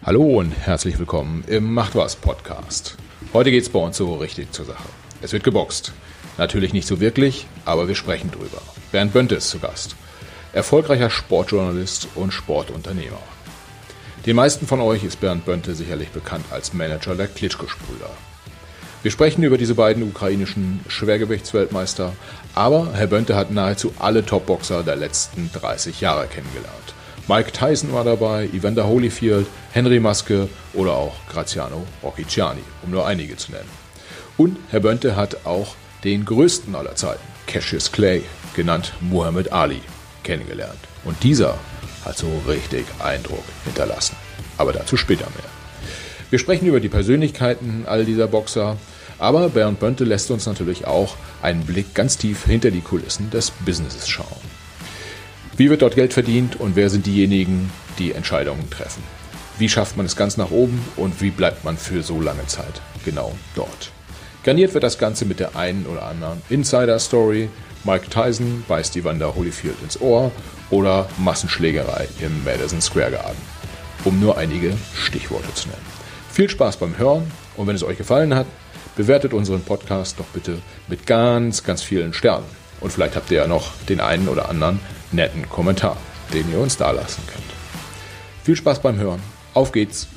Hallo und herzlich willkommen im Macht was Podcast. Heute geht's bei uns so richtig zur Sache. Es wird geboxt. Natürlich nicht so wirklich, aber wir sprechen drüber. Bernd Bönte ist zu Gast. Erfolgreicher Sportjournalist und Sportunternehmer. Den meisten von euch ist Bernd Bönte sicherlich bekannt als Manager der Klitschko-Brüder. Wir sprechen über diese beiden ukrainischen Schwergewichtsweltmeister, aber Herr Bönte hat nahezu alle Topboxer der letzten 30 Jahre kennengelernt. Mike Tyson war dabei, Evander Holyfield, Henry Maske oder auch Graziano Rocchiciani, um nur einige zu nennen. Und Herr Bönte hat auch den größten aller Zeiten, Cassius Clay, genannt Muhammad Ali, kennengelernt. Und dieser hat so richtig Eindruck hinterlassen. Aber dazu später mehr. Wir sprechen über die Persönlichkeiten all dieser Boxer, aber Bernd Bönte lässt uns natürlich auch einen Blick ganz tief hinter die Kulissen des Businesses schauen. Wie wird dort Geld verdient und wer sind diejenigen, die Entscheidungen treffen? Wie schafft man es ganz nach oben und wie bleibt man für so lange Zeit genau dort? Garniert wird das Ganze mit der einen oder anderen Insider-Story. Mike Tyson beißt Evander Holyfield ins Ohr oder Massenschlägerei im Madison Square Garden, um nur einige Stichworte zu nennen. Viel Spaß beim Hören und wenn es euch gefallen hat, bewertet unseren Podcast doch bitte mit ganz, ganz vielen Sternen. Und vielleicht habt ihr ja noch den einen oder anderen netten Kommentar, den ihr uns da lassen könnt. Viel Spaß beim Hören. Auf geht's!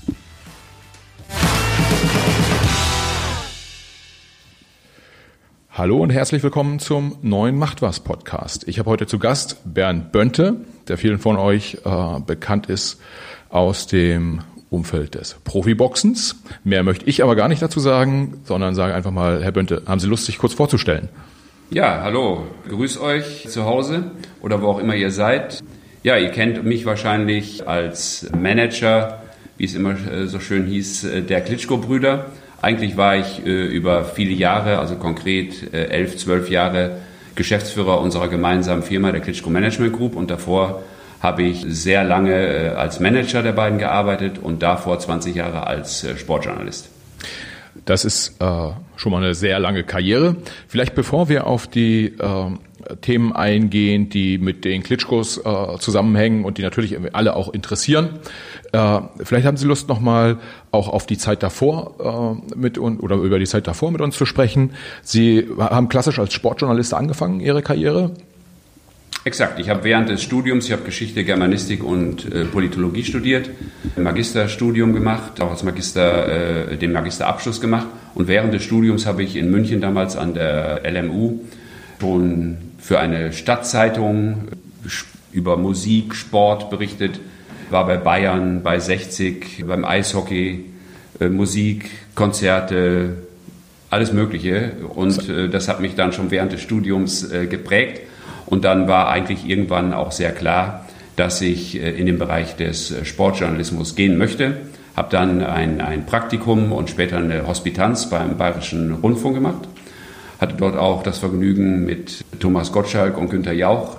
Hallo und herzlich willkommen zum neuen Macht was Podcast. Ich habe heute zu Gast Bernd Bönte, der vielen von euch bekannt ist aus dem Umfeld des Profiboxens. Mehr möchte ich aber gar nicht dazu sagen, sondern sage einfach mal, Herr Bönte, haben Sie Lust, sich kurz vorzustellen? Ja, hallo, grüß euch zu Hause oder wo auch immer ihr seid. Ja, ihr kennt mich wahrscheinlich als Manager, wie es immer so schön hieß, der Klitschko-Brüder. Eigentlich war ich über viele Jahre, also konkret 11, 12 Jahre Geschäftsführer unserer gemeinsamen Firma, der Klitschko Management Group, und davor habe ich sehr lange als Manager der beiden gearbeitet und davor 20 Jahre als Sportjournalist. Das ist schon mal eine sehr lange Karriere. Vielleicht bevor wir auf die Themen eingehen, die mit den Klitschkos zusammenhängen und die natürlich alle auch interessieren, vielleicht haben Sie Lust nochmal auch auf die Zeit davor oder über die Zeit davor mit uns zu sprechen. Sie haben klassisch als Sportjournalist angefangen, Ihre Karriere? Exakt. Ich habe während des Studiums, ich habe Geschichte, Germanistik und Politologie studiert, ein Magisterstudium gemacht, auch als Magister den Magisterabschluss gemacht. Und während des Studiums habe ich in München damals an der LMU schon für eine Stadtzeitung über Musik, Sport berichtet, war bei Bayern, bei 60, beim Eishockey, Musik, Konzerte, alles Mögliche. Und das hat mich dann schon während des Studiums geprägt. Und dann war eigentlich irgendwann auch sehr klar, dass ich in den Bereich des Sportjournalismus gehen möchte. Habe dann ein Praktikum und später eine Hospitanz beim Bayerischen Rundfunk gemacht. Hatte dort auch das Vergnügen, mit Thomas Gottschalk und Günther Jauch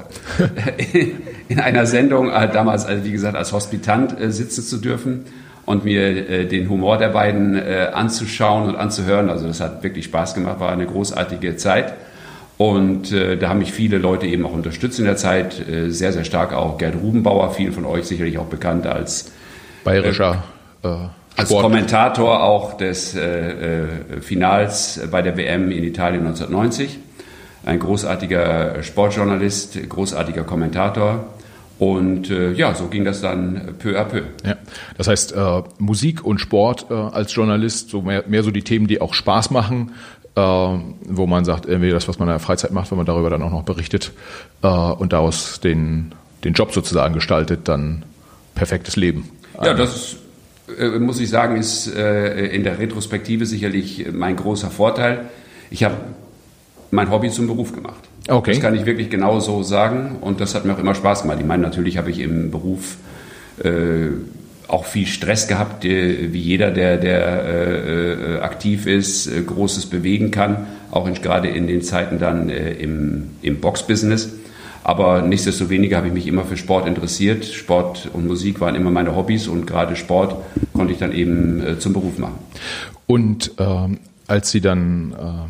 in einer Sendung, damals, also wie gesagt, als Hospitant sitzen zu dürfen und mir den Humor der beiden anzuschauen und anzuhören. Also das hat wirklich Spaß gemacht, war eine großartige Zeit. Und da haben mich viele Leute eben auch unterstützt in der Zeit, sehr, sehr stark auch Gerd Rubenbauer, vielen von euch sicherlich auch bekannt als bayerischer als Kommentator auch des Finals bei der WM in Italien 1990. Ein großartiger Sportjournalist, großartiger Kommentator. Und ja, so ging das dann peu à peu. Ja, das heißt, Musik und Sport als Journalist, so mehr so die Themen, die auch Spaß machen, wo man sagt, irgendwie das, was man in der Freizeit macht, wenn man darüber dann auch noch berichtet und daraus den Job sozusagen gestaltet, dann perfektes Leben. Ja, das muss ich sagen, ist in der Retrospektive sicherlich mein großer Vorteil. Ich habe mein Hobby zum Beruf gemacht. Okay. Das kann ich wirklich genau so sagen und das hat mir auch immer Spaß gemacht. Ich meine, natürlich habe ich im Beruf auch viel Stress gehabt, wie jeder, der aktiv ist, Großes bewegen kann, auch gerade in den Zeiten dann im Boxbusiness. Aber nichtsdestoweniger habe ich mich immer für Sport interessiert. Sport und Musik waren immer meine Hobbys und gerade Sport konnte ich dann eben zum Beruf machen. Und als Sie dann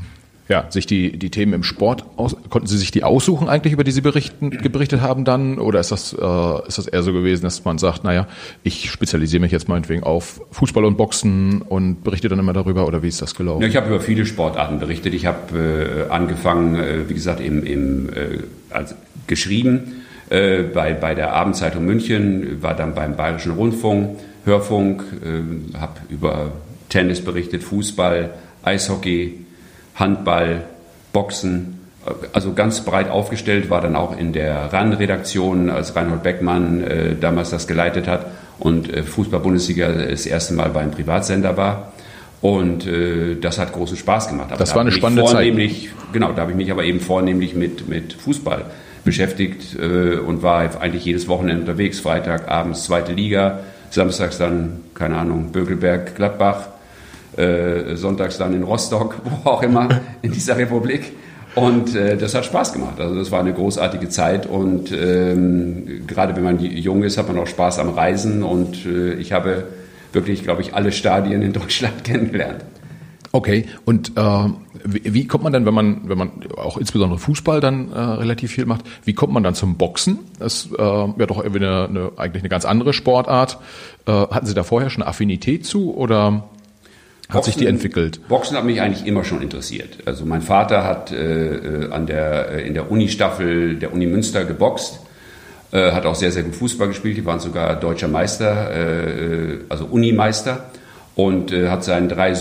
sich die Themen im Sport konnten Sie sich die aussuchen eigentlich, über die Sie berichtet haben dann? Oder ist das eher so gewesen, dass man sagt, naja, ich spezialisiere mich jetzt meinetwegen auf Fußball und Boxen und berichte dann immer darüber? Oder wie ist das gelaufen? Ja, ich habe über viele Sportarten berichtet. Ich habe angefangen, wie gesagt, also geschrieben bei der Abendzeitung München, war dann beim Bayerischen Rundfunk, Hörfunk, habe über Tennis berichtet, Fußball, Eishockey, Handball, Boxen, also ganz breit aufgestellt, war dann auch in der RAN-Redaktion, als Reinhold Beckmann damals das geleitet hat und Fußball-Bundesliga das erste Mal beim Privatsender war. Und das hat großen Spaß gemacht. Aber das war eine spannende Zeit. Genau, da habe ich mich aber eben vornehmlich mit Fußball beschäftigt und war eigentlich jedes Wochenende unterwegs. Freitag abends 2. Liga, samstags dann, keine Ahnung, Bökelberg, Gladbach, sonntags dann in Rostock, wo auch immer, in dieser Republik. Und das hat Spaß gemacht. Also das war eine großartige Zeit und gerade wenn man jung ist, hat man auch Spaß am Reisen und ich habe wirklich, glaube ich, alle Stadien in Deutschland kennengelernt. Okay, und wie kommt man denn, wenn man auch insbesondere Fußball dann relativ viel macht, wie kommt man dann zum Boxen? Das wäre doch irgendwie eigentlich eine ganz andere Sportart. Hatten Sie da vorher schon eine Affinität zu oder hat sich die entwickelt? Boxen hat mich eigentlich immer schon interessiert. Also mein Vater hat in der Uni-Staffel der Uni Münster geboxt, hat auch sehr, sehr gut Fußball gespielt. Die waren sogar deutscher Meister, also Unimeister. Und hat seinen 3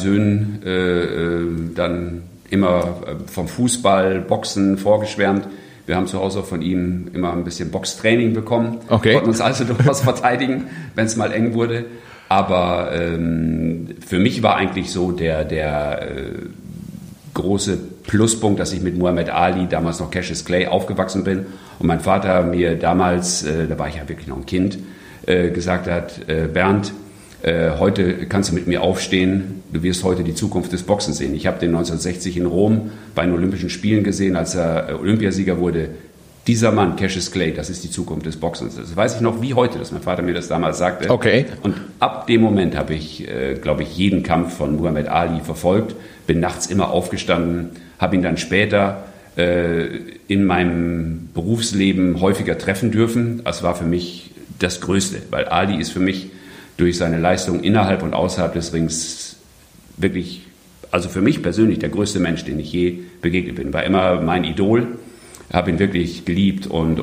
Söhnen dann immer vom Fußball, Boxen vorgeschwärmt. Wir haben zu Hause von ihm immer ein bisschen Boxtraining bekommen. Okay. Konnten uns also durchaus verteidigen, wenn es mal eng wurde. Aber für mich war eigentlich so der große Pluspunkt, dass ich mit Muhammad Ali, damals noch Cassius Clay, aufgewachsen bin. Und mein Vater mir damals, da war ich ja wirklich noch ein Kind, gesagt hat, Bernd, heute kannst du mit mir aufstehen, du wirst heute die Zukunft des Boxens sehen. Ich habe den 1960 in Rom bei den Olympischen Spielen gesehen, als er Olympiasieger wurde. Dieser Mann, Cassius Clay, das ist die Zukunft des Boxens. Das weiß ich noch wie heute, dass mein Vater mir das damals sagte. Okay. Und ab dem Moment habe ich, glaube ich, jeden Kampf von Muhammad Ali verfolgt, bin nachts immer aufgestanden, habe ihn dann später in meinem Berufsleben häufiger treffen dürfen. Das war für mich das Größte, weil Ali ist für mich durch seine Leistung innerhalb und außerhalb des Rings wirklich, also für mich persönlich der größte Mensch, den ich je begegnet bin. War immer mein Idol, habe ihn wirklich geliebt und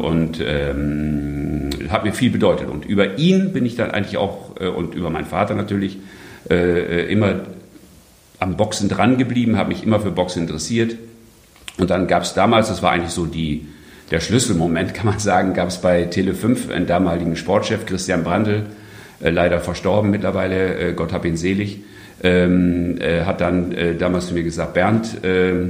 hat mir viel bedeutet. Und über ihn bin ich dann eigentlich auch, und über meinen Vater natürlich, immer am Boxen dran geblieben, habe mich immer für Boxen interessiert. Und dann gab es damals, das war eigentlich so der Schlüsselmoment, kann man sagen, gab es bei Tele5 einen damaligen Sportchef, Christian Brandl, leider verstorben mittlerweile, Gott hab ihn selig, hat dann damals zu mir gesagt, Bernd,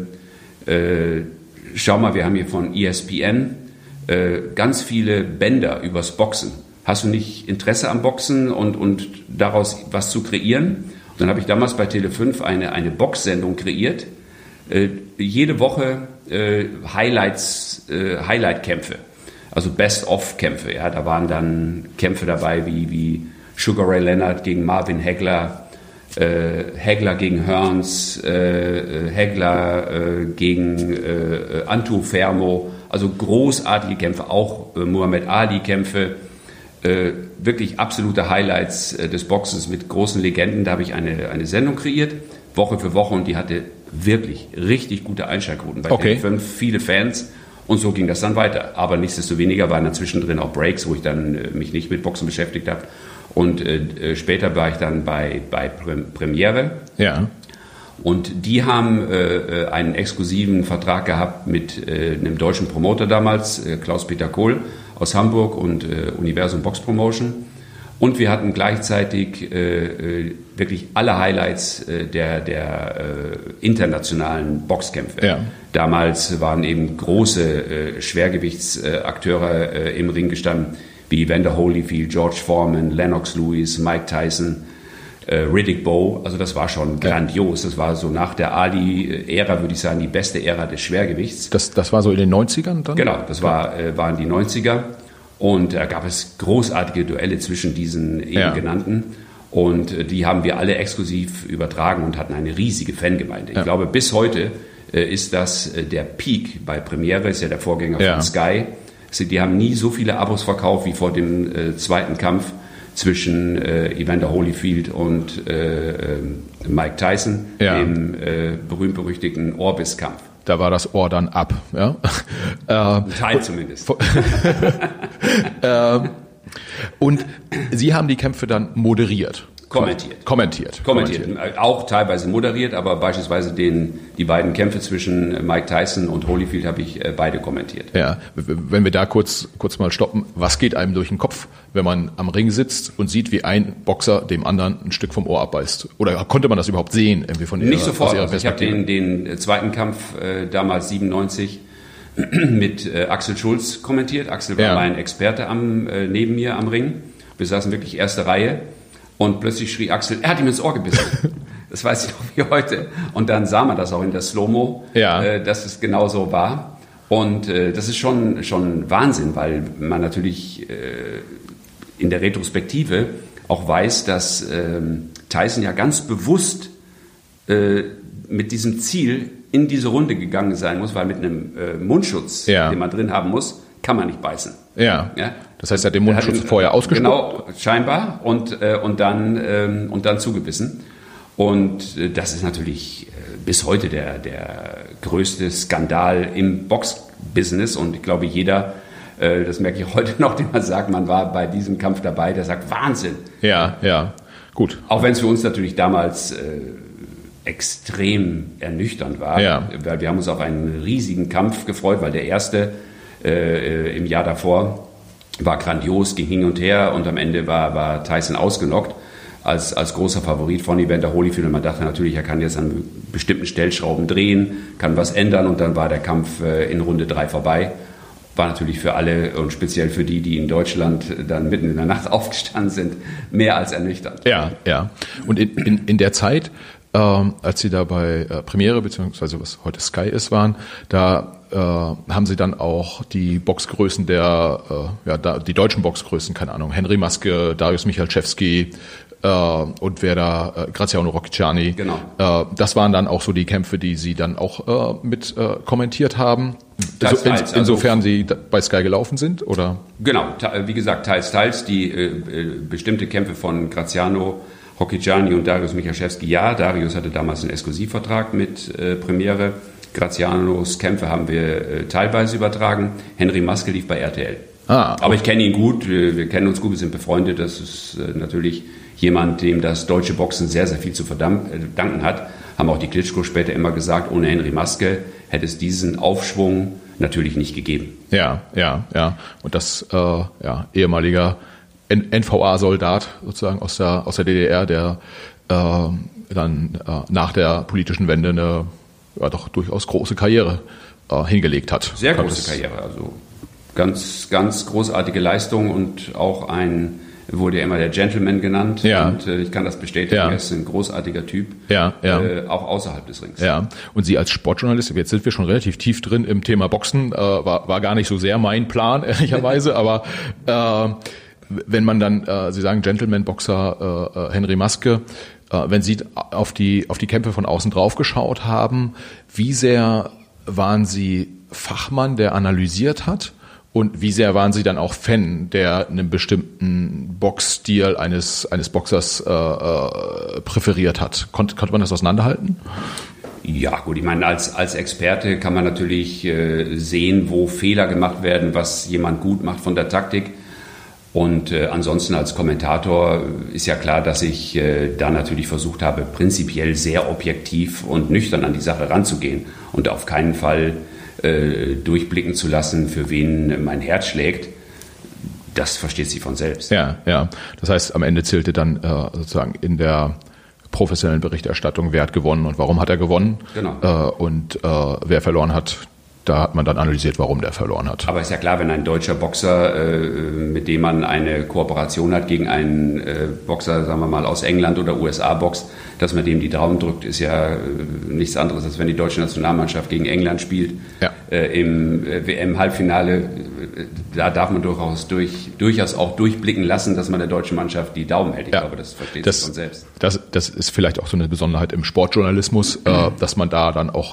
schau mal, wir haben hier von ESPN ganz viele Bänder übers Boxen. Hast du nicht Interesse am Boxen und daraus was zu kreieren? Und dann habe ich damals bei Tele5 eine Boxsendung kreiert, jede Woche Highlight-Kämpfe, also Best-of-Kämpfe. Ja, da waren dann Kämpfe dabei wie Sugar Ray Leonard gegen Marvin Hagler, Hagler gegen Hearns, Hagler gegen Antu Fermo, also großartige Kämpfe, auch Muhammad Ali-Kämpfe, wirklich absolute Highlights des Boxens mit großen Legenden. Da habe ich eine Sendung kreiert, Woche für Woche, und die hatte wirklich richtig gute Einschaltquoten bei Tele5, viele Fans. Und so ging das dann weiter. Aber nichtsdestoweniger waren dann zwischendrin auch Breaks, wo ich dann mich nicht mit Boxen beschäftigt habe. Und später war ich dann bei Premiere. Ja. Und die haben einen exklusiven Vertrag gehabt mit einem deutschen Promoter damals, Klaus-Peter Kohl aus Hamburg und Universum Box Promotion. Und wir hatten gleichzeitig wirklich alle Highlights der internationalen Boxkämpfe. Ja. Damals waren eben große Schwergewichtsakteure im Ring gestanden, wie Evander Holyfield, George Foreman, Lennox Lewis, Mike Tyson, Riddick Bowe. Also das war schon grandios. Das war so nach der Ali-Ära, würde ich sagen, die beste Ära des Schwergewichts. Das war so in den 90ern dann? Genau, das waren die 90er. Und da gab es großartige Duelle zwischen diesen eben genannten. Und die haben wir alle exklusiv übertragen und hatten eine riesige Fangemeinde. Ich glaube, bis heute ist, dass der Peak bei Premiere, ist ja der Vorgänger von Sky, die haben nie so viele Abos verkauft wie vor dem zweiten Kampf zwischen Evander Holyfield und Mike Tyson, dem berühmt-berüchtigten Orbis-Kampf. Da war das Ohr dann ab. Ja? Ein Teil zumindest. Und Sie haben die Kämpfe dann moderiert. Kommentiert. Auch teilweise moderiert, aber beispielsweise die beiden Kämpfe zwischen Mike Tyson und Holyfield habe ich beide kommentiert. Ja, wenn wir da kurz mal stoppen, was geht einem durch den Kopf, wenn man am Ring sitzt und sieht, wie ein Boxer dem anderen ein Stück vom Ohr abbeißt? Oder konnte man das überhaupt sehen? Irgendwie von Nicht sofort. Also ich habe den zweiten Kampf damals 97 mit Axel Schulz kommentiert. Axel war mein Experte neben mir am Ring. Wir saßen wirklich erste Reihe. Und plötzlich schrie Axel, er hat ihm ins Ohr gebissen. Das weiß ich noch wie heute. Und dann sah man das auch in der Slow-Mo, dass es genau so war. Und das ist schon Wahnsinn, weil man natürlich in der Retrospektive auch weiß, dass Tyson ja ganz bewusst mit diesem Ziel in diese Runde gegangen sein muss, weil mit einem Mundschutz, den man drin haben muss, kann man nicht beißen. Ja. Das heißt, er hat den Mundschutz vorher ausgespuckt? Genau, scheinbar. Und dann zugebissen. Und das ist natürlich bis heute der größte Skandal im Boxbusiness. Und ich glaube, jeder, das merke ich heute noch, den man sagt, man war bei diesem Kampf dabei, der sagt, Wahnsinn. Ja, gut. Auch wenn es für uns natürlich damals extrem ernüchternd war. Weil wir haben uns auf einen riesigen Kampf gefreut, weil der erste im Jahr davor war grandios, ging hin und her und am Ende war Tyson ausgenockt als großer Favorit von Evander Holyfield und man dachte natürlich, er kann jetzt an bestimmten Stellschrauben drehen, kann was ändern und dann war der Kampf in Runde 3 vorbei. War natürlich für alle und speziell für die in Deutschland dann mitten in der Nacht aufgestanden sind, mehr als ernüchternd. Ja. Und in der Zeit, als Sie da bei Premiere, beziehungsweise was heute Sky ist, waren, da haben Sie dann auch die Boxgrößen die deutschen Boxgrößen, keine Ahnung, Henry Maske, Dariusz Michalczewski und wer da, Graziano Rocchigiani. Genau. Das waren dann auch so die Kämpfe, die Sie dann auch mit kommentiert haben. Teils. Insofern Sie bei Sky gelaufen sind, oder? Genau, wie gesagt, teils. Die bestimmte Kämpfe von Graziano Rocchigiani und Dariusz Michalczewski, Dariusz hatte damals einen Exklusivvertrag mit Premiere. Grazianos Kämpfe haben wir teilweise übertragen. Henry Maske lief bei RTL. Aber ich kenne ihn gut, wir kennen uns gut, wir sind befreundet. Das ist natürlich jemand, dem das deutsche Boxen sehr, sehr viel zu verdanken hat. Haben auch die Klitschko später immer gesagt, ohne Henry Maske hätte es diesen Aufschwung natürlich nicht gegeben. Ja. Und das ehemaliger NVA-Soldat sozusagen aus der DDR, der dann nach der politischen Wende eine doch durchaus große Karriere hingelegt hat. Sehr große Karriere, also ganz, ganz großartige Leistung und auch wurde ja immer der Gentleman genannt. Ja. Und ich kann das bestätigen, er ist ein großartiger Typ, auch außerhalb des Rings. Ja. Und Sie als Sportjournalist, jetzt sind wir schon relativ tief drin im Thema Boxen, war gar nicht so sehr mein Plan, ehrlicherweise, aber wenn man dann, Sie sagen Gentleman-Boxer Henry Maske, wenn Sie auf die Kämpfe von außen drauf geschaut haben, wie sehr waren Sie Fachmann, der analysiert hat? Und wie sehr waren Sie dann auch Fan, der einen bestimmten Boxstil eines Boxers präferiert hat? Konnte man das auseinanderhalten? Ja, gut, ich meine, als Experte kann man natürlich sehen, wo Fehler gemacht werden, was jemand gut macht von der Taktik. Und ansonsten als Kommentator ist ja klar, dass ich da natürlich versucht habe, prinzipiell sehr objektiv und nüchtern an die Sache ranzugehen und auf keinen Fall durchblicken zu lassen, für wen mein Herz schlägt. Das versteht sich von selbst. Ja. Das heißt, am Ende zählte dann sozusagen in der professionellen Berichterstattung, wer hat gewonnen und warum hat er gewonnen. Genau. Und wer verloren hat, da hat man dann analysiert, warum der verloren hat. Aber ist ja klar, wenn ein deutscher Boxer, mit dem man eine Kooperation hat gegen einen Boxer, sagen wir mal, aus England oder USA boxt, dass man dem die Daumen drückt, ist ja nichts anderes, als wenn die deutsche Nationalmannschaft gegen England spielt. Ja. Im WM-Halbfinale, da darf man durchaus auch durchblicken lassen, dass man der deutschen Mannschaft die Daumen hält. Ich glaube, das versteht sich von selbst. Das ist vielleicht auch so eine Besonderheit im Sportjournalismus, dass man da dann auch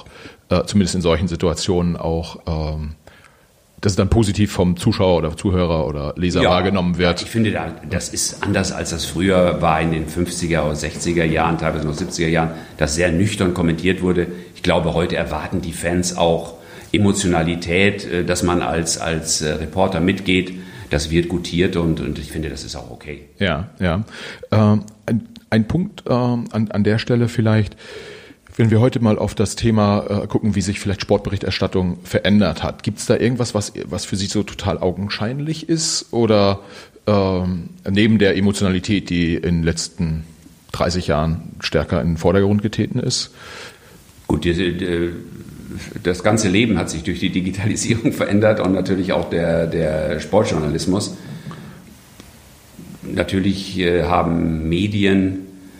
zumindest in solchen Situationen auch, dass es dann positiv vom Zuschauer oder Zuhörer oder Leser wahrgenommen wird. Ich finde, das ist anders, als das früher war in den 50er oder 60er Jahren, teilweise noch 70er Jahren, dass sehr nüchtern kommentiert wurde. Ich glaube, heute erwarten die Fans auch Emotionalität, dass man als Reporter mitgeht. Das wird gutiert und ich finde, das ist auch okay. Ja. Ein Punkt an der Stelle vielleicht, wenn wir heute mal auf das Thema gucken, wie sich vielleicht Sportberichterstattung verändert hat. Gibt es da irgendwas, was für Sie so total augenscheinlich ist? Oder neben der Emotionalität, die in den letzten 30 Jahren stärker in den Vordergrund getreten ist? Gut, das ganze Leben hat sich durch die Digitalisierung verändert und natürlich auch der Sportjournalismus. Natürlich haben Medien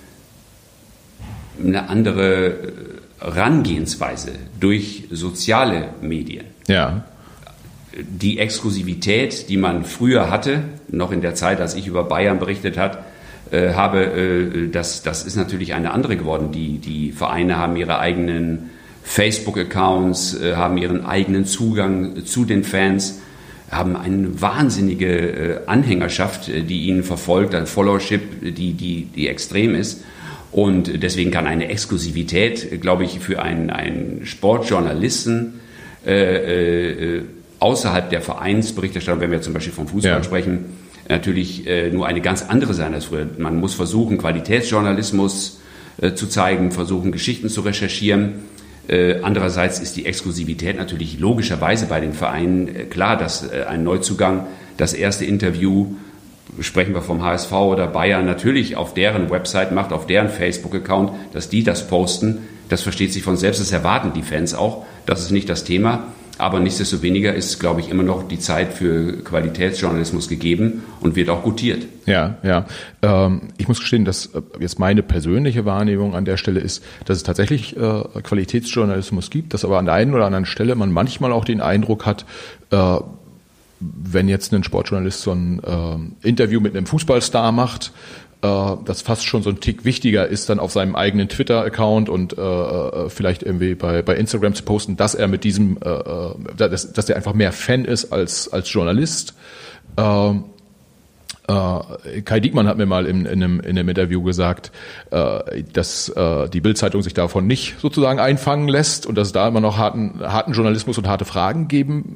eine andere Herangehensweise durch soziale Medien. Ja. Die Exklusivität, die man früher hatte, noch in der Zeit, als ich über Bayern berichtet habe, das ist natürlich eine andere geworden. Die Vereine haben ihre eigenen Facebook-Accounts, haben ihren eigenen Zugang zu den Fans, haben eine wahnsinnige Anhängerschaft, die ihnen verfolgt, ein Followership, die extrem ist. Und deswegen kann eine Exklusivität, glaube ich, für einen Sportjournalisten außerhalb der Vereinsberichterstattung, wenn wir zum Beispiel vom Fußball sprechen, natürlich nur eine ganz andere sein als früher. Man muss versuchen, Qualitätsjournalismus zu zeigen, versuchen, Geschichten zu recherchieren. Andererseits ist die Exklusivität natürlich logischerweise bei den Vereinen klar, dass ein Neuzugang das erste Interview, sprechen wir vom HSV oder Bayern, natürlich auf deren Website macht, auf deren Facebook-Account, dass die das posten. Das versteht sich von selbst, das erwarten die Fans auch. Das ist nicht das Thema. Aber nichtsdestoweniger ist, glaube ich, immer noch die Zeit für Qualitätsjournalismus gegeben und wird auch gutiert. Ja. Ich muss gestehen, dass jetzt meine persönliche Wahrnehmung an der Stelle ist, dass es tatsächlich Qualitätsjournalismus gibt, dass aber an der einen oder anderen Stelle man manchmal auch den Eindruck hat, wenn jetzt ein Sportjournalist so ein Interview mit einem Fußballstar macht, das fast schon so ein Tick wichtiger ist, dann auf seinem eigenen Twitter-Account und vielleicht irgendwie bei Instagram zu posten, dass er mit diesem, dass der einfach mehr Fan ist als Journalist. Kai Diekmann hat mir mal in einem Interview gesagt, dass die Bild-Zeitung sich davon nicht sozusagen einfangen lässt und dass es da immer noch harten Journalismus und harte Fragen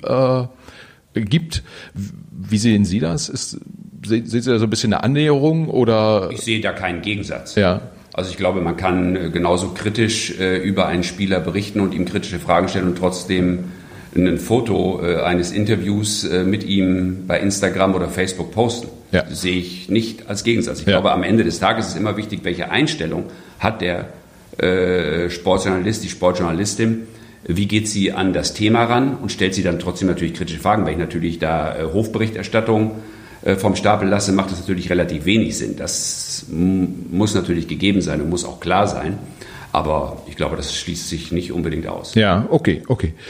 gibt. Wie sehen Sie das? Sehen Sie da so ein bisschen eine Annäherung oder? Ich sehe da keinen Gegensatz. Ja. Also ich glaube, man kann genauso kritisch über einen Spieler berichten und ihm kritische Fragen stellen und trotzdem ein Foto eines Interviews mit ihm bei Instagram oder Facebook posten. Ja. Das sehe ich nicht als Gegensatz. Ich glaube, am Ende des Tages ist immer wichtig, welche Einstellung hat der Sportjournalist, die Sportjournalistin. Wie geht sie an das Thema ran und stellt sie dann trotzdem natürlich kritische Fragen, weil ich natürlich da Hofberichterstattung vom Stapel lasse, macht das natürlich relativ wenig Sinn. Das muss natürlich gegeben sein und muss auch klar sein. Aber ich glaube, das schließt sich nicht unbedingt aus. Ja, okay.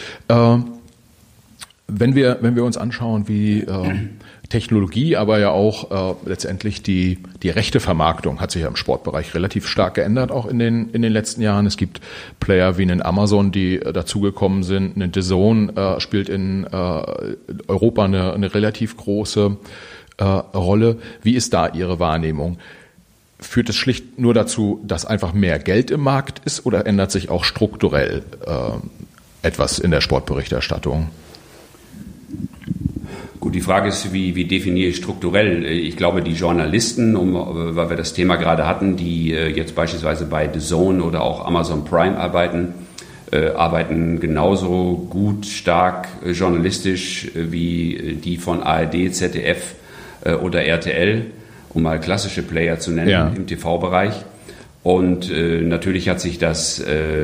Wenn wir uns anschauen, wie Technologie, aber ja auch letztendlich die rechte Vermarktung hat sich ja im Sportbereich relativ stark geändert, auch in den letzten Jahren. Es gibt Player wie einen Amazon, die dazugekommen sind. Eine DAZN spielt in Europa eine relativ große Rolle. Wie ist da Ihre Wahrnehmung? Führt es schlicht nur dazu, dass einfach mehr Geld im Markt ist oder ändert sich auch strukturell etwas in der Sportberichterstattung? Gut, die Frage ist, wie definiere ich strukturell? Ich glaube, die Journalisten, weil wir das Thema gerade hatten, die jetzt beispielsweise bei DAZN oder auch Amazon Prime arbeiten genauso gut, stark journalistisch wie die von ARD, ZDF oder RTL, um mal klassische Player zu nennen im TV-Bereich. Und natürlich hat sich das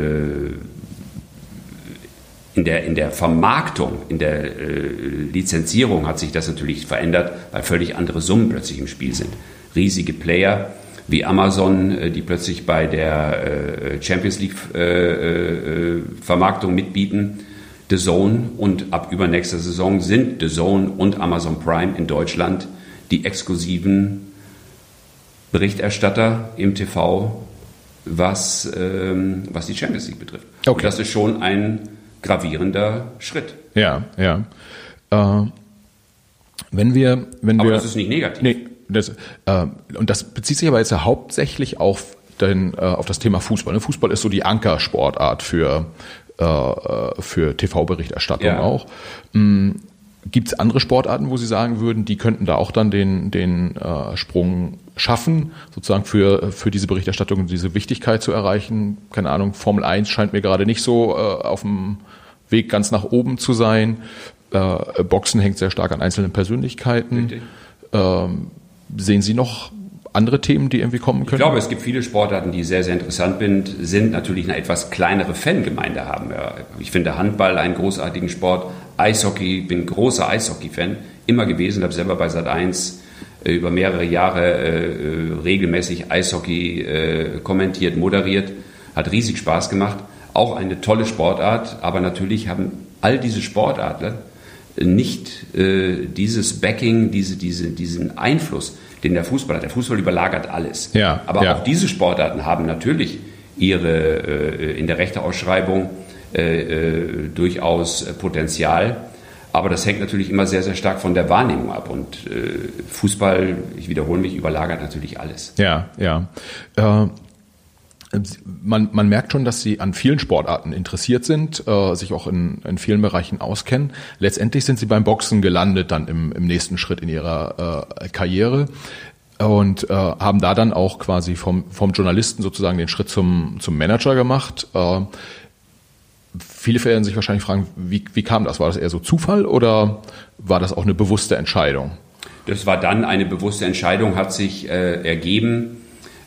in der Vermarktung, in der Lizenzierung hat sich das natürlich verändert, weil völlig andere Summen plötzlich im Spiel sind. Riesige Player wie Amazon, die plötzlich bei der Champions League Vermarktung mitbieten. DAZN und ab übernächster Saison sind DAZN und Amazon Prime in Deutschland die exklusiven Berichterstatter im TV was die Champions League betrifft. Okay. Und das ist schon ein gravierender Schritt. Ja. Aber das ist nicht negativ. Nee, und das bezieht sich aber jetzt ja hauptsächlich auf das Thema Fußball. Ne? Fußball ist so die Ankersportart für TV-Berichterstattung auch. Gibt es andere Sportarten, wo Sie sagen würden, die könnten da auch dann den Sprung schaffen, sozusagen für diese Berichterstattung, diese Wichtigkeit zu erreichen? Keine Ahnung, Formel 1 scheint mir gerade nicht so auf dem Weg ganz nach oben zu sein. Boxen hängt sehr stark an einzelnen Persönlichkeiten. Sehen Sie noch andere Themen, die irgendwie kommen können? Ich glaube, es gibt viele Sportarten, die sehr, sehr interessant sind, natürlich eine etwas kleinere Fangemeinde haben. Ja, ich finde Handball einen großartigen Sport, Eishockey, bin großer Eishockey-Fan, immer gewesen, habe selber bei Sat.1 über mehrere Jahre regelmäßig Eishockey kommentiert, moderiert, hat riesig Spaß gemacht. Auch eine tolle Sportart, aber natürlich haben all diese Sportartler nicht dieses Backing, diesen Einfluss, den der Fußball hat. Der Fußball überlagert alles. Ja, aber auch diese Sportarten haben natürlich ihre in der Rechteausschreibung durchaus Potenzial. Aber das hängt natürlich immer sehr, sehr stark von der Wahrnehmung ab. Und Fußball, ich wiederhole mich, überlagert natürlich alles. Ja. Man merkt schon, dass Sie an vielen Sportarten interessiert sind, sich auch in vielen Bereichen auskennen. Letztendlich sind Sie beim Boxen gelandet dann im nächsten Schritt in Ihrer Karriere und haben da dann auch quasi vom Journalisten sozusagen den Schritt zum Manager gemacht. Viele werden sich wahrscheinlich fragen, wie kam das? War das eher so Zufall oder war das auch eine bewusste Entscheidung? Das war dann eine bewusste Entscheidung, hat sich ergeben,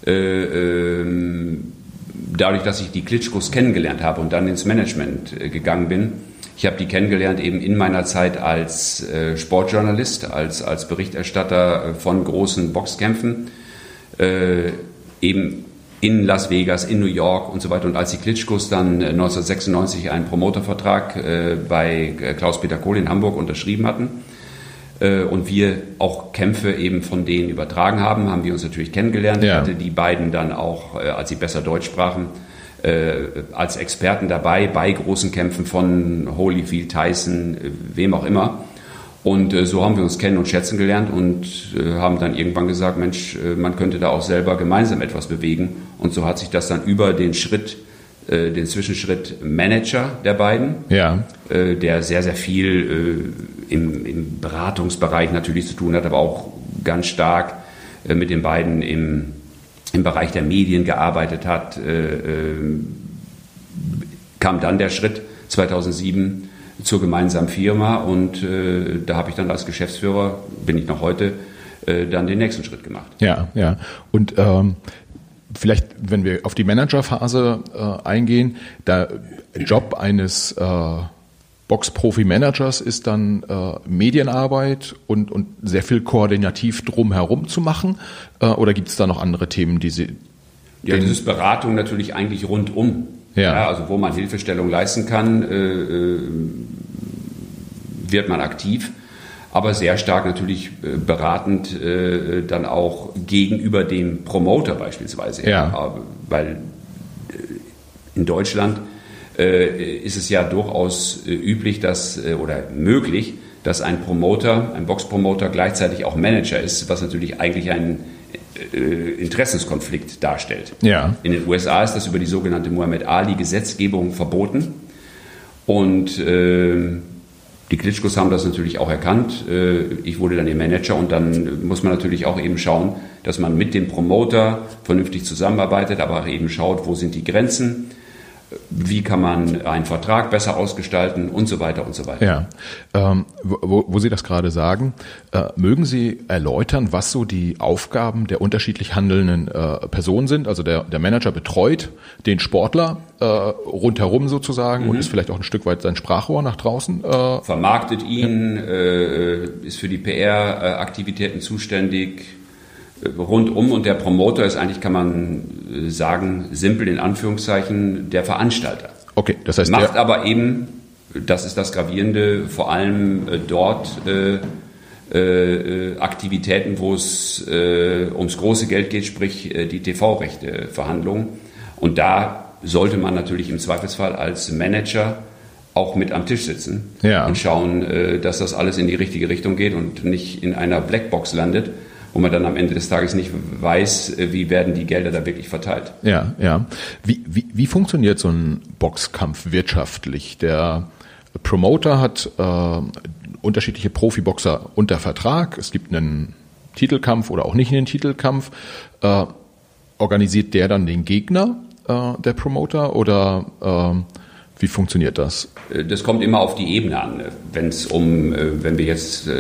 dadurch, dass ich die Klitschkos kennengelernt habe und dann ins Management gegangen bin. Ich habe die kennengelernt eben in meiner Zeit als Sportjournalist, als Berichterstatter von großen Boxkämpfen, eben in Las Vegas, in New York und so weiter. Und als die Klitschkos dann 1996 einen Promotervertrag bei Klaus-Peter Kohl in Hamburg unterschrieben hatten, und wir auch Kämpfe eben von denen übertragen haben wir uns natürlich kennengelernt. Ich hatte die beiden dann auch, als sie besser Deutsch sprachen, als Experten dabei bei großen Kämpfen von Holyfield, Tyson, wem auch immer. Und so haben wir uns kennen und schätzen gelernt und haben dann irgendwann gesagt, Mensch, man könnte da auch selber gemeinsam etwas bewegen. Und so hat sich das dann über den Zwischenschritt Manager der beiden, der sehr, sehr viel im Beratungsbereich natürlich zu tun hat, aber auch ganz stark mit den beiden im Bereich der Medien gearbeitet hat, kam dann der Schritt 2007 zur gemeinsamen Firma und da habe ich dann als Geschäftsführer, bin ich noch heute, dann den nächsten Schritt gemacht. Ja. Und vielleicht, wenn wir auf die Managerphase eingehen, der Job eines Boxprofi-Managers ist dann Medienarbeit und sehr viel koordinativ drumherum zu machen? Oder gibt es da noch andere Themen, die Sie... Ja, das ist Beratung natürlich eigentlich rundum. Ja, also wo man Hilfestellung leisten kann, wird man aktiv. Aber sehr stark natürlich beratend dann auch gegenüber dem Promoter beispielsweise. Ja. Weil in Deutschland ist es ja durchaus üblich, oder möglich, dass ein Boxpromoter gleichzeitig auch Manager ist, was natürlich eigentlich einen Interessenskonflikt darstellt. Ja. In den USA ist das über die sogenannte Muhammad Ali-Gesetzgebung verboten. Und die Klitschkos haben das natürlich auch erkannt. Ich wurde dann ihr Manager und dann muss man natürlich auch eben schauen, dass man mit dem Promoter vernünftig zusammenarbeitet, aber auch eben schaut, wo sind die Grenzen, wie kann man einen Vertrag besser ausgestalten und so weiter und so weiter. Ja, wo Sie das gerade sagen, mögen Sie erläutern, was so die Aufgaben der unterschiedlich handelnden Personen sind? Also der Manager betreut den Sportler rundherum sozusagen und ist vielleicht auch ein Stück weit sein Sprachrohr nach draußen. Vermarktet ihn, ist für die PR-Aktivitäten zuständig, rundum, und der Promoter ist eigentlich, kann man sagen, simpel in Anführungszeichen, der Veranstalter. Okay, das heißt, macht aber eben, das ist das Gravierende, vor allem dort Aktivitäten, wo es ums große Geld geht, sprich die TV-Rechte-Verhandlungen. Und da sollte man natürlich im Zweifelsfall als Manager auch mit am Tisch sitzen und schauen, dass das alles in die richtige Richtung geht und nicht in einer Blackbox landet, wo man dann am Ende des Tages nicht weiß, wie werden die Gelder da wirklich verteilt. Ja, ja. Wie funktioniert so ein Boxkampf wirtschaftlich? Der Promoter hat unterschiedliche Profiboxer unter Vertrag. Es gibt einen Titelkampf oder auch nicht einen Titelkampf. Organisiert der dann den Gegner, der Promoter, oder wie funktioniert das? Das kommt immer auf die Ebene an. Wenn wir jetzt,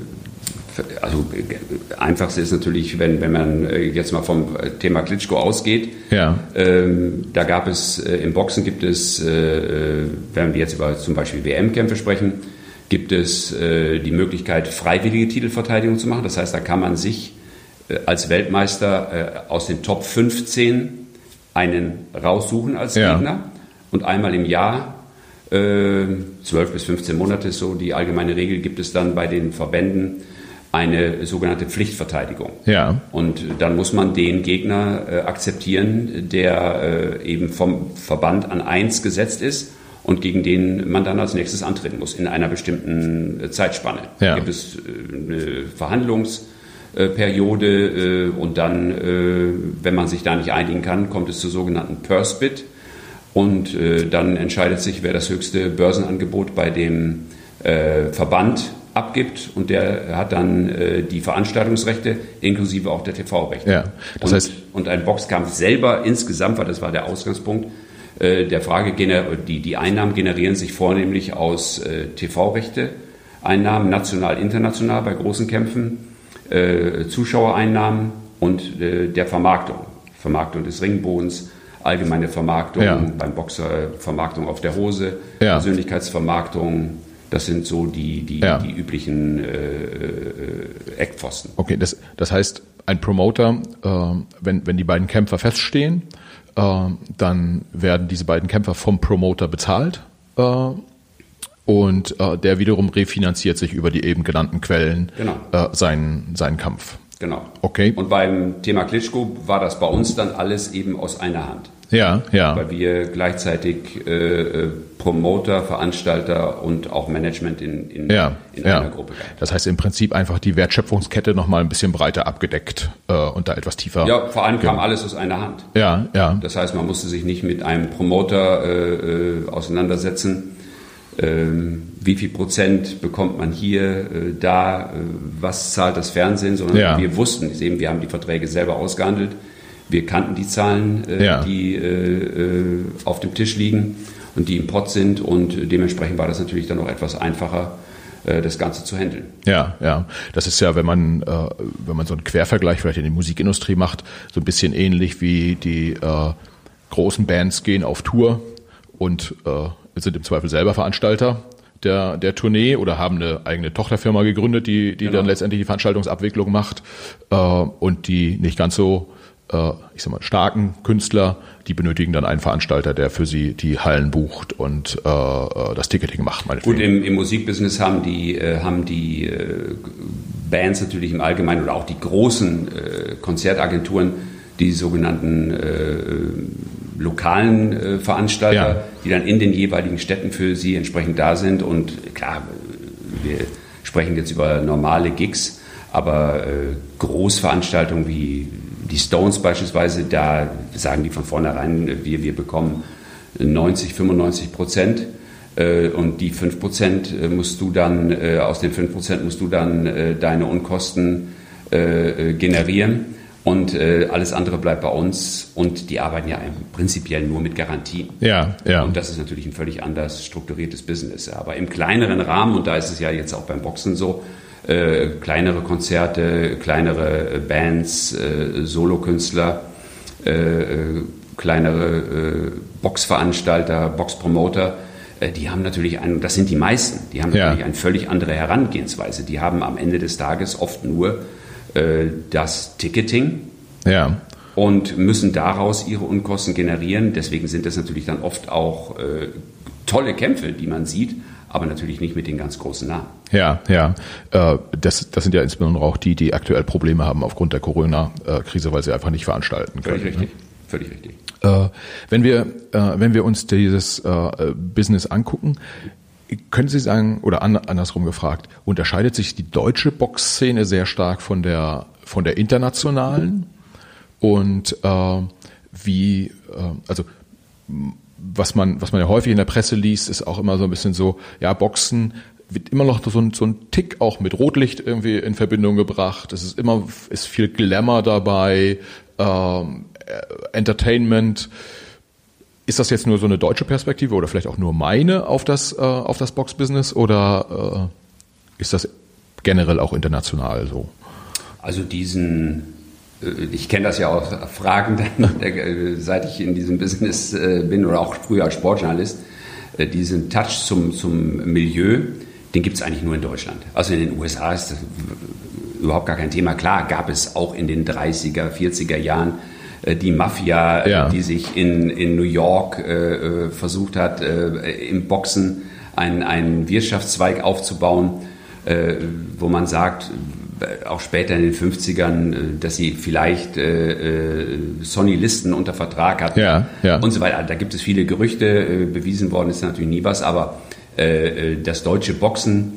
also einfachste ist natürlich, wenn man jetzt mal vom Thema Klitschko ausgeht. Ja. Da gab es, im Boxen gibt es, wenn wir jetzt über zum Beispiel WM-Kämpfe sprechen, gibt es die Möglichkeit, freiwillige Titelverteidigung zu machen. Das heißt, da kann man sich als Weltmeister aus den Top 15 einen raussuchen als Gegner. Und einmal im Jahr, 12 bis 15 Monate ist so die allgemeine Regel, gibt es dann bei den Verbänden eine sogenannte Pflichtverteidigung. Ja. Und dann muss man den Gegner akzeptieren, der eben vom Verband an 1 gesetzt ist und gegen den man dann als nächstes antreten muss in einer bestimmten Zeitspanne. Ja. Da gibt es eine Verhandlungsperiode und dann, wenn man sich da nicht einigen kann, kommt es zur sogenannten Purse Bid. Und dann entscheidet sich, wer das höchste Börsenangebot bei dem Verband abgibt, und der hat dann die Veranstaltungsrechte inklusive auch der TV-Rechte. Ja, das heißt, und ein Boxkampf selber insgesamt, weil das war der Ausgangspunkt der Frage, die Einnahmen generieren sich vornehmlich aus TV-Rechte-Einnahmen, national, international bei großen Kämpfen, Zuschauereinnahmen und der Vermarktung des Ringbodens, allgemeine Vermarktung beim Boxer, Vermarktung auf der Hose, Persönlichkeitsvermarktung. Das sind so die üblichen Eckpfosten. Okay, das heißt, ein Promoter, wenn die beiden Kämpfer feststehen, dann werden diese beiden Kämpfer vom Promoter bezahlt und der wiederum refinanziert sich über die eben genannten Quellen seinen Kampf. Genau. Okay. Und beim Thema Klitschko war das bei uns dann alles eben aus einer Hand. Ja, ja. Weil wir gleichzeitig Promoter, Veranstalter und auch Management in einer Gruppe gaben. Das heißt im Prinzip einfach die Wertschöpfungskette noch mal ein bisschen breiter abgedeckt und da etwas tiefer. Ja, vor allem kam alles aus einer Hand. Ja, ja. Das heißt, man musste sich nicht mit einem Promoter auseinandersetzen. Wie viel Prozent bekommt man hier, was zahlt das Fernsehen, sondern wir wussten es eben, wir haben die Verträge selber ausgehandelt, wir kannten die Zahlen, die auf dem Tisch liegen und die im Pot sind, und dementsprechend war das natürlich dann auch etwas einfacher, das Ganze zu handeln. Ja, ja. Das ist ja, wenn man so einen Quervergleich vielleicht in die Musikindustrie macht, so ein bisschen ähnlich wie die großen Bands gehen auf Tour und sind im Zweifel selber Veranstalter der Tournee oder haben eine eigene Tochterfirma gegründet, die dann letztendlich die Veranstaltungsabwicklung macht, und die nicht ganz so starken Künstler, die benötigen dann einen Veranstalter, der für sie die Hallen bucht und das Ticketing macht. Gut, im Musikbusiness haben die Bands natürlich im Allgemeinen oder auch die großen Konzertagenturen die sogenannten lokalen Veranstalter, die dann in den jeweiligen Städten für sie entsprechend da sind. Und klar, wir sprechen jetzt über normale Gigs, aber Großveranstaltungen wie die Stones beispielsweise, da sagen die von vornherein, wir bekommen 90-95%, und die 5% musst du dann, aus den 5% musst du dann deine Unkosten generieren. Und alles andere bleibt bei uns, und die arbeiten ja prinzipiell nur mit Garantien. Ja, ja. Und das ist natürlich ein völlig anders strukturiertes Business. Aber im kleineren Rahmen, und da ist es ja jetzt auch beim Boxen so, kleinere Konzerte, kleinere Bands, Solokünstler, kleinere Boxveranstalter, Boxpromoter, die haben natürlich das sind die meisten, die haben natürlich eine völlig andere Herangehensweise. Die haben am Ende des Tages oft nur das Ticketing und müssen daraus ihre Unkosten generieren. Deswegen sind das natürlich dann oft auch tolle Kämpfe, die man sieht, aber natürlich nicht mit den ganz großen Namen. Ja, ja. Das sind ja insbesondere auch die aktuell Probleme haben aufgrund der Corona-Krise, weil sie einfach nicht veranstalten können. Völlig richtig. Völlig richtig. Wenn wir uns dieses Business angucken, können Sie sagen, oder andersrum gefragt, unterscheidet sich die deutsche Boxszene sehr stark von der internationalen? Und was man ja häufig in der Presse liest, ist auch immer so ein bisschen so, ja, Boxen wird immer noch so ein Tick auch mit Rotlicht irgendwie in Verbindung gebracht. Es ist viel Glamour dabei, Entertainment. Ist das jetzt nur so eine deutsche Perspektive oder vielleicht auch nur meine auf das Box-Business oder ist das generell auch international so? Also ich kenne das ja aus Fragen, seit ich in diesem Business bin oder auch früher als Sportjournalist, diesen Touch zum Milieu, den gibt es eigentlich nur in Deutschland. Also in den USA ist das überhaupt gar kein Thema. Klar gab es auch in den 30er, 40er Jahren die Mafia, die sich in New York versucht hat, im Boxen einen Wirtschaftszweig aufzubauen, wo man sagt, auch später in den 50ern, dass sie vielleicht Sonny Liston unter Vertrag hatten und so weiter. Da gibt es viele Gerüchte, bewiesen worden ist natürlich nie was, aber das deutsche Boxen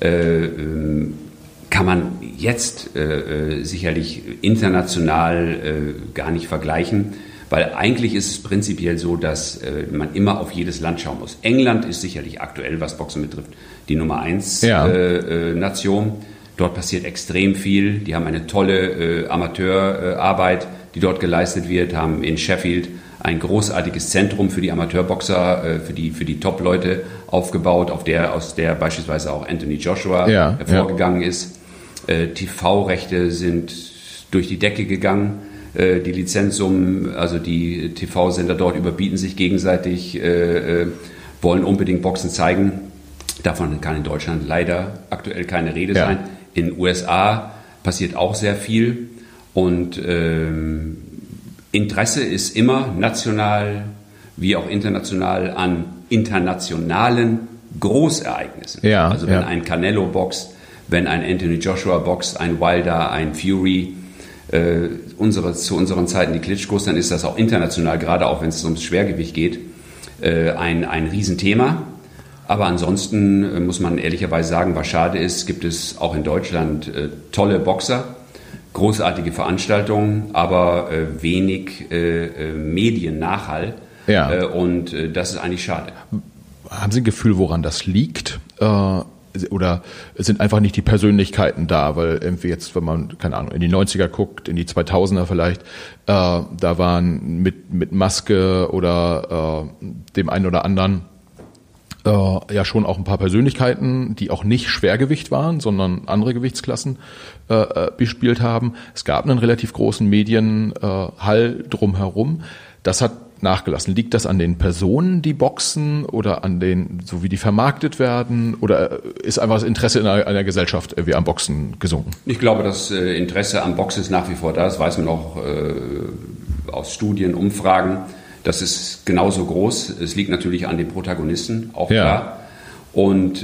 kann man jetzt sicherlich international gar nicht vergleichen, weil eigentlich ist es prinzipiell so, dass man immer auf jedes Land schauen muss. England ist sicherlich aktuell, was Boxen betrifft, die Nummer 1 Nation. Dort passiert extrem viel. Die haben eine tolle Amateurarbeit, die dort geleistet wird, haben in Sheffield ein großartiges Zentrum für die Amateurboxer, für die Top-Leute aufgebaut, aus der beispielsweise auch Anthony Joshua hervorgegangen ist. TV-Rechte sind durch die Decke gegangen. Die Lizenzsummen, also die TV-Sender dort überbieten sich gegenseitig, wollen unbedingt Boxen zeigen. Davon kann in Deutschland leider aktuell keine Rede sein. In den USA passiert auch sehr viel und Interesse ist immer national wie auch international an internationalen Großereignissen. Also wenn ein Canelo boxt, wenn ein Anthony Joshua boxt, ein Wilder, ein Fury, zu unseren Zeiten die Klitschkos, dann ist das auch international, gerade auch wenn es ums Schwergewicht geht, ein Riesenthema. Aber ansonsten muss man ehrlicherweise sagen, was schade ist, gibt es auch in Deutschland tolle Boxer, großartige Veranstaltungen, aber wenig Mediennachhall. Und das ist eigentlich schade. Haben Sie ein Gefühl, woran das liegt? Oder sind einfach nicht die Persönlichkeiten da? Weil irgendwie jetzt, wenn man, keine Ahnung, in die 90er guckt, in die 2000er vielleicht, da waren mit Maske oder dem einen oder anderen ja schon auch ein paar Persönlichkeiten, die auch nicht Schwergewicht waren, sondern andere Gewichtsklassen bespielt haben. Es gab einen relativ großen Medienhall drumherum. Das hat nachgelassen. Liegt das an den Personen, die boxen, oder an so wie die vermarktet werden, oder ist einfach das Interesse in einer Gesellschaft wie am Boxen gesunken? Ich glaube, das Interesse am Boxen ist nach wie vor da. Das weiß man auch aus Studien, Umfragen. Das ist genauso groß. Es liegt natürlich an den Protagonisten, auch klar. Und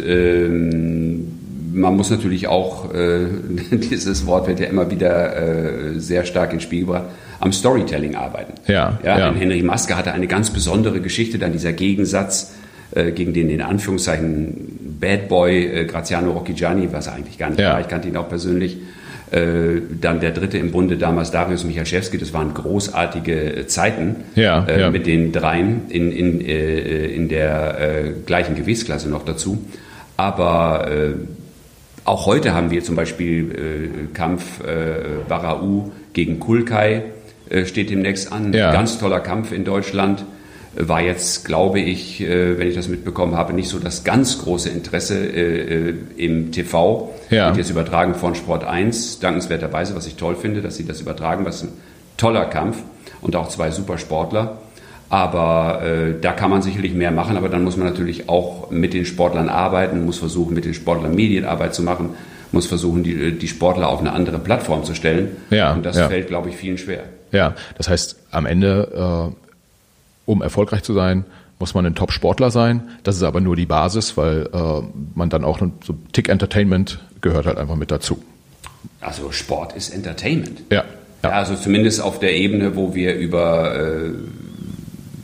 man muss natürlich auch, dieses Wort wird ja immer wieder sehr stark ins Spiel gebracht, am Storytelling arbeiten. Ein Henry Maske hatte eine ganz besondere Geschichte, dann dieser Gegensatz gegen den in Anführungszeichen Bad Boy Graziano Rocchigiani, was er eigentlich gar nicht war, ich kannte ihn auch persönlich. Dann der dritte im Bunde damals, Dariusz Michalczewski, das waren großartige Zeiten mit den dreien in der gleichen Gewichtsklasse noch dazu. Aber auch heute haben wir zum Beispiel Kampf Barau gegen Kulkai, steht demnächst an. Ganz toller Kampf in Deutschland. War jetzt, glaube ich, wenn ich das mitbekommen habe, nicht so das ganz große Interesse im TV. Wird jetzt übertragen von Sport 1, dankenswerterweise, was ich toll finde, dass sie das übertragen. Das ist ein toller Kampf und auch zwei super Sportler. Aber da kann man sicherlich mehr machen, aber dann muss man natürlich auch mit den Sportlern arbeiten, muss versuchen, mit den Sportlern Medienarbeit zu machen, muss versuchen, die Sportler auf eine andere Plattform zu stellen. Und das fällt, glaube ich, vielen schwer. Ja, das heißt, am Ende um erfolgreich zu sein, muss man ein Top-Sportler sein. Das ist aber nur die Basis, weil man dann auch so Tick Entertainment gehört halt einfach mit dazu. Also Sport ist Entertainment. Ja. Also zumindest auf der Ebene, wo wir über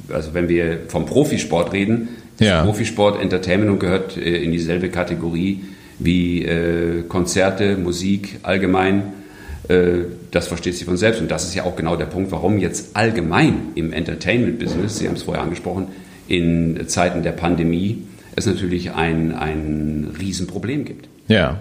also wenn wir vom Profisport reden, Profisport, Entertainment und gehört in dieselbe Kategorie wie Konzerte, Musik allgemein. Das versteht sich von selbst. Und das ist ja auch genau der Punkt, warum jetzt allgemein im Entertainment-Business, Sie haben es vorher angesprochen, in Zeiten der Pandemie es natürlich ein Riesenproblem gibt. Ja.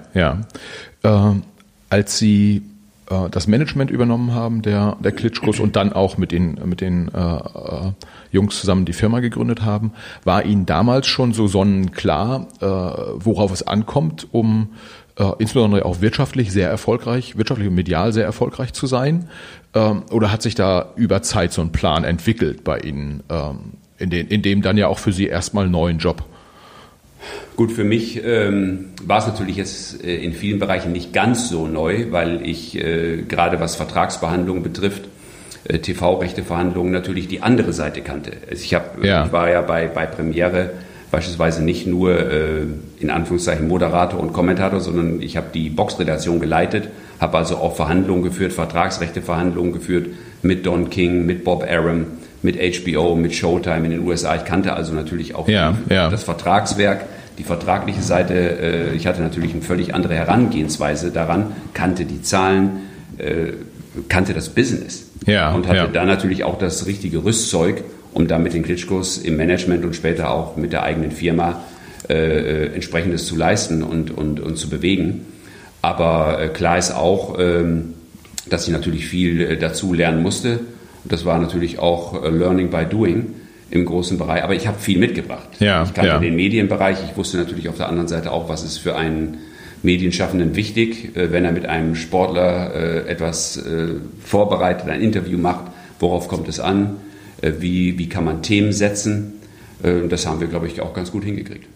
Als Sie das Management übernommen haben, der Klitschkos, und dann auch mit den Jungs zusammen die Firma gegründet haben, war Ihnen damals schon so sonnenklar, worauf es ankommt, um insbesondere auch wirtschaftlich und medial sehr erfolgreich zu sein? Oder hat sich da über Zeit so ein Plan entwickelt bei Ihnen, in dem dann ja auch für Sie erstmal einen neuen Job? Gut, für mich war es natürlich jetzt in vielen Bereichen nicht ganz so neu, weil ich gerade was Vertragsverhandlungen betrifft, TV-Rechte-Verhandlungen natürlich die andere Seite kannte. Ich war ja bei Premiere beispielsweise nicht nur in Anführungszeichen Moderator und Kommentator, sondern ich habe die Boxredaktion geleitet, habe also auch Verhandlungen geführt, Vertragsrechte-Verhandlungen geführt mit Don King, mit Bob Arum, mit HBO, mit Showtime in den USA. Ich kannte also natürlich auch das Vertragswerk, die vertragliche Seite. Ich hatte natürlich eine völlig andere Herangehensweise daran, kannte die Zahlen, kannte das Business und hatte da natürlich auch das richtige Rüstzeug, um dann mit den Klitschkos im Management und später auch mit der eigenen Firma entsprechendes zu leisten und zu bewegen. Aber klar ist auch, dass ich natürlich viel dazu lernen musste. Das war natürlich auch Learning by Doing im großen Bereich. Aber ich habe viel mitgebracht. Ich kannte den Medienbereich. Ich wusste natürlich auf der anderen Seite auch, was ist für einen Medienschaffenden wichtig, wenn er mit einem Sportler etwas vorbereitet, ein Interview macht. Worauf kommt es an? Wie kann man Themen setzen? Das haben wir, glaube ich, auch ganz gut hingekriegt.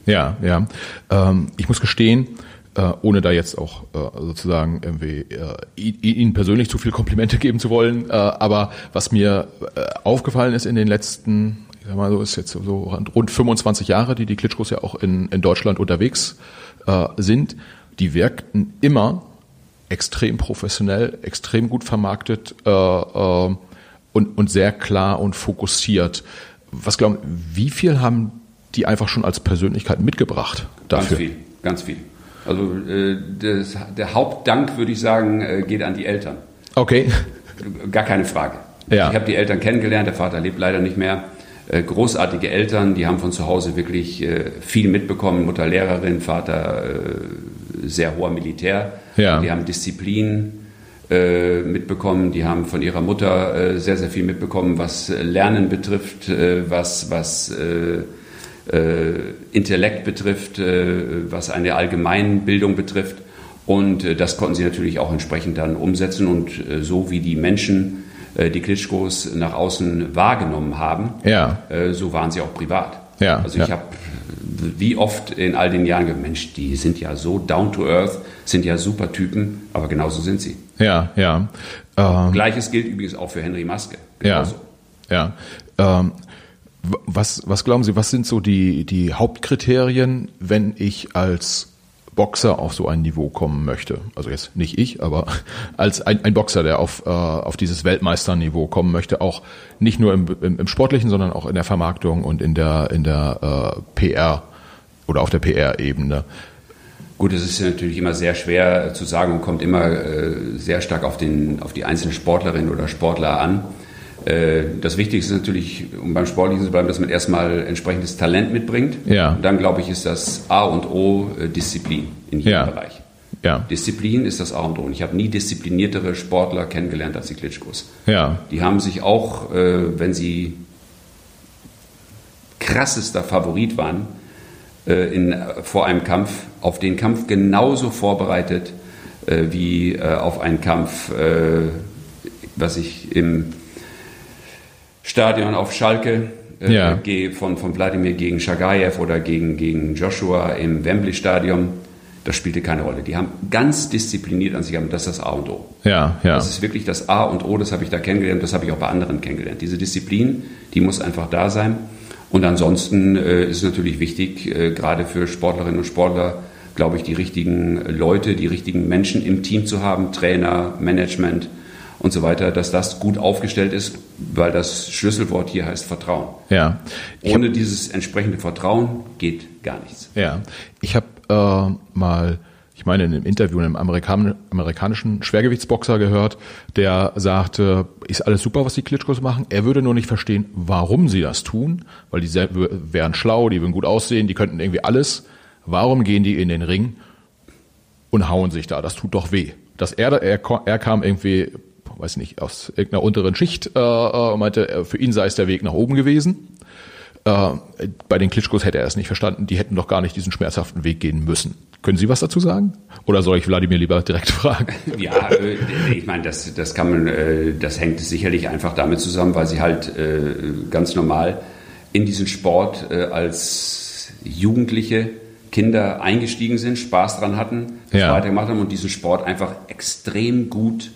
Ich muss gestehen, ohne da jetzt auch sozusagen irgendwie Ihnen persönlich zu viel Komplimente geben zu wollen, aber was mir aufgefallen ist in den letzten, ich sag mal so, ist jetzt so rund 25 Jahre, die Klitschkos ja auch in Deutschland unterwegs sind, die wirkten immer extrem professionell, extrem gut vermarktet und sehr klar und fokussiert. Was glauben, wie viel haben die einfach schon als Persönlichkeit mitgebracht dafür? Ganz viel. Also der Hauptdank, würde ich sagen, geht an die Eltern. Okay. Gar keine Frage. Ja. Ich habe die Eltern kennengelernt, der Vater lebt leider nicht mehr. Großartige Eltern, die haben von zu Hause wirklich viel mitbekommen. Mutter Lehrerin, Vater sehr hoher Militär. Ja. Die haben Disziplin mitbekommen, die haben von ihrer Mutter sehr, sehr viel mitbekommen, was Lernen betrifft, was Intellekt betrifft, was eine Allgemeinbildung betrifft. Und das konnten sie natürlich auch entsprechend dann umsetzen. Und so wie die Menschen die Klitschkos nach außen wahrgenommen haben, so waren sie auch privat. Also ich habe wie oft in all den Jahren gedacht, Mensch, die sind ja so down to earth, sind ja super Typen, aber genauso sind sie. Gleiches gilt übrigens auch für Henry Maske. Genauso. Was glauben Sie, was sind so die Hauptkriterien, wenn ich als Boxer auf so ein Niveau kommen möchte? Also jetzt nicht ich, aber als ein Boxer, der auf dieses Weltmeisterniveau kommen möchte, auch nicht nur im Sportlichen, sondern auch in der Vermarktung und in der PR oder auf der PR-Ebene. Gut, es ist natürlich immer sehr schwer zu sagen und kommt immer sehr stark auf die einzelne Sportlerin oder Sportler an. Das Wichtigste ist natürlich, um beim Sportlichen zu bleiben, dass man erstmal entsprechendes Talent mitbringt. Und dann, glaube ich, ist das A und O Disziplin in jedem Bereich. Disziplin ist das A und O. Und ich habe nie diszipliniertere Sportler kennengelernt als die Klitschkos. Die haben sich auch, wenn sie krassester Favorit waren, vor einem Kampf, auf den Kampf genauso vorbereitet wie auf einen Kampf, was ich im Stadion auf Schalke von Wladimir gegen Shagayev oder gegen Joshua im Wembley-Stadion. Das spielte keine Rolle. Die haben ganz diszipliniert an sich gehabt. Das ist das A und O. Das ist wirklich das A und O, das habe ich da kennengelernt, das habe ich auch bei anderen kennengelernt. Diese Disziplin, die muss einfach da sein. Und ansonsten ist es natürlich wichtig, gerade für Sportlerinnen und Sportler, glaube ich, die richtigen Leute, die richtigen Menschen im Team zu haben, Trainer, Management und so weiter, dass das gut aufgestellt ist, weil das Schlüsselwort hier heißt Vertrauen. Ja. Ohne dieses entsprechende Vertrauen geht gar nichts. Ja, ich habe ich meine, in einem Interview einem amerikanischen Schwergewichtsboxer gehört, der sagte, ist alles super, was die Klitschkos machen. Er würde nur nicht verstehen, warum sie das tun, weil die wären schlau, die würden gut aussehen, die könnten irgendwie alles. Warum gehen die in den Ring und hauen sich da? Das tut doch weh. Er kam irgendwie, weiß nicht, aus irgendeiner unteren Schicht, meinte, für ihn sei es der Weg nach oben gewesen. Bei den Klitschkos hätte er es nicht verstanden. Die hätten doch gar nicht diesen schmerzhaften Weg gehen müssen. Können Sie was dazu sagen? Oder soll ich Wladimir lieber direkt fragen? Ja, ich meine, das hängt sicherlich einfach damit zusammen, weil sie halt ganz normal in diesen Sport als Jugendliche, Kinder eingestiegen sind, Spaß dran hatten, weitergemacht haben und diesen Sport einfach extrem gut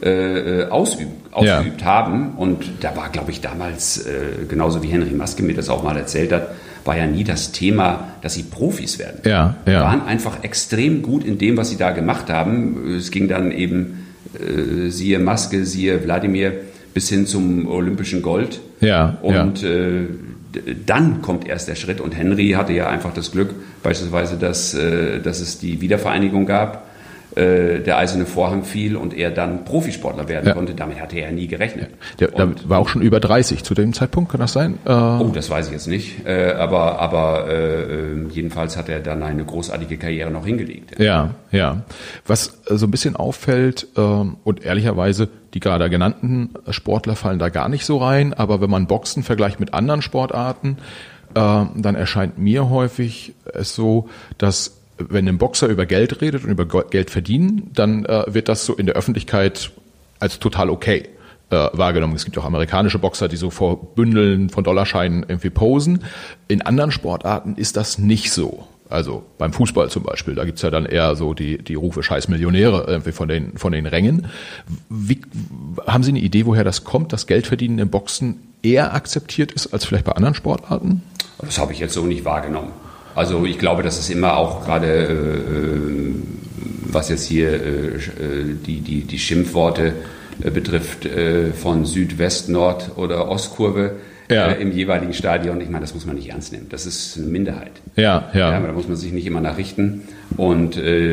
ausgeübt haben. Und da war, glaube ich, damals, genauso wie Henry Maske mir das auch mal erzählt hat, war ja nie das Thema, dass sie Profis werden. Ja. Waren einfach extrem gut in dem, was sie da gemacht haben. Es ging dann eben, siehe Maske, siehe Wladimir, bis hin zum olympischen Gold. Und dann kommt erst der Schritt. Und Henry hatte ja einfach das Glück, beispielsweise, dass es die Wiedervereinigung gab, der eiserne Vorhang fiel und er dann Profisportler werden konnte. Damit hatte er ja nie gerechnet. Der war auch schon über 30 zu dem Zeitpunkt, kann das sein? Das weiß ich jetzt nicht. Aber jedenfalls hat er dann eine großartige Karriere noch hingelegt. Ja. Was so ein bisschen auffällt, und ehrlicherweise, die gerade genannten Sportler fallen da gar nicht so rein, aber wenn man Boxen vergleicht mit anderen Sportarten, dann erscheint mir häufig es so, dass wenn ein Boxer über Geld redet und über Geld verdienen, dann wird das so in der Öffentlichkeit als total okay wahrgenommen. Es gibt auch amerikanische Boxer, die so vor Bündeln von Dollarscheinen irgendwie posen. In anderen Sportarten ist das nicht so. Also beim Fußball zum Beispiel, da gibt's ja dann eher so die Rufe Scheiß Millionäre irgendwie von den Rängen. Haben Sie eine Idee, woher das kommt, dass Geldverdienen im Boxen eher akzeptiert ist als vielleicht bei anderen Sportarten? Das habe ich jetzt so nicht wahrgenommen. Also ich glaube, dass es immer auch gerade, was jetzt hier die Schimpfworte betrifft, von Süd, West, Nord oder Ostkurve im jeweiligen Stadion. Ich meine, das muss man nicht ernst nehmen. Das ist eine Minderheit. Ja, da muss man sich nicht immer nachrichten. Und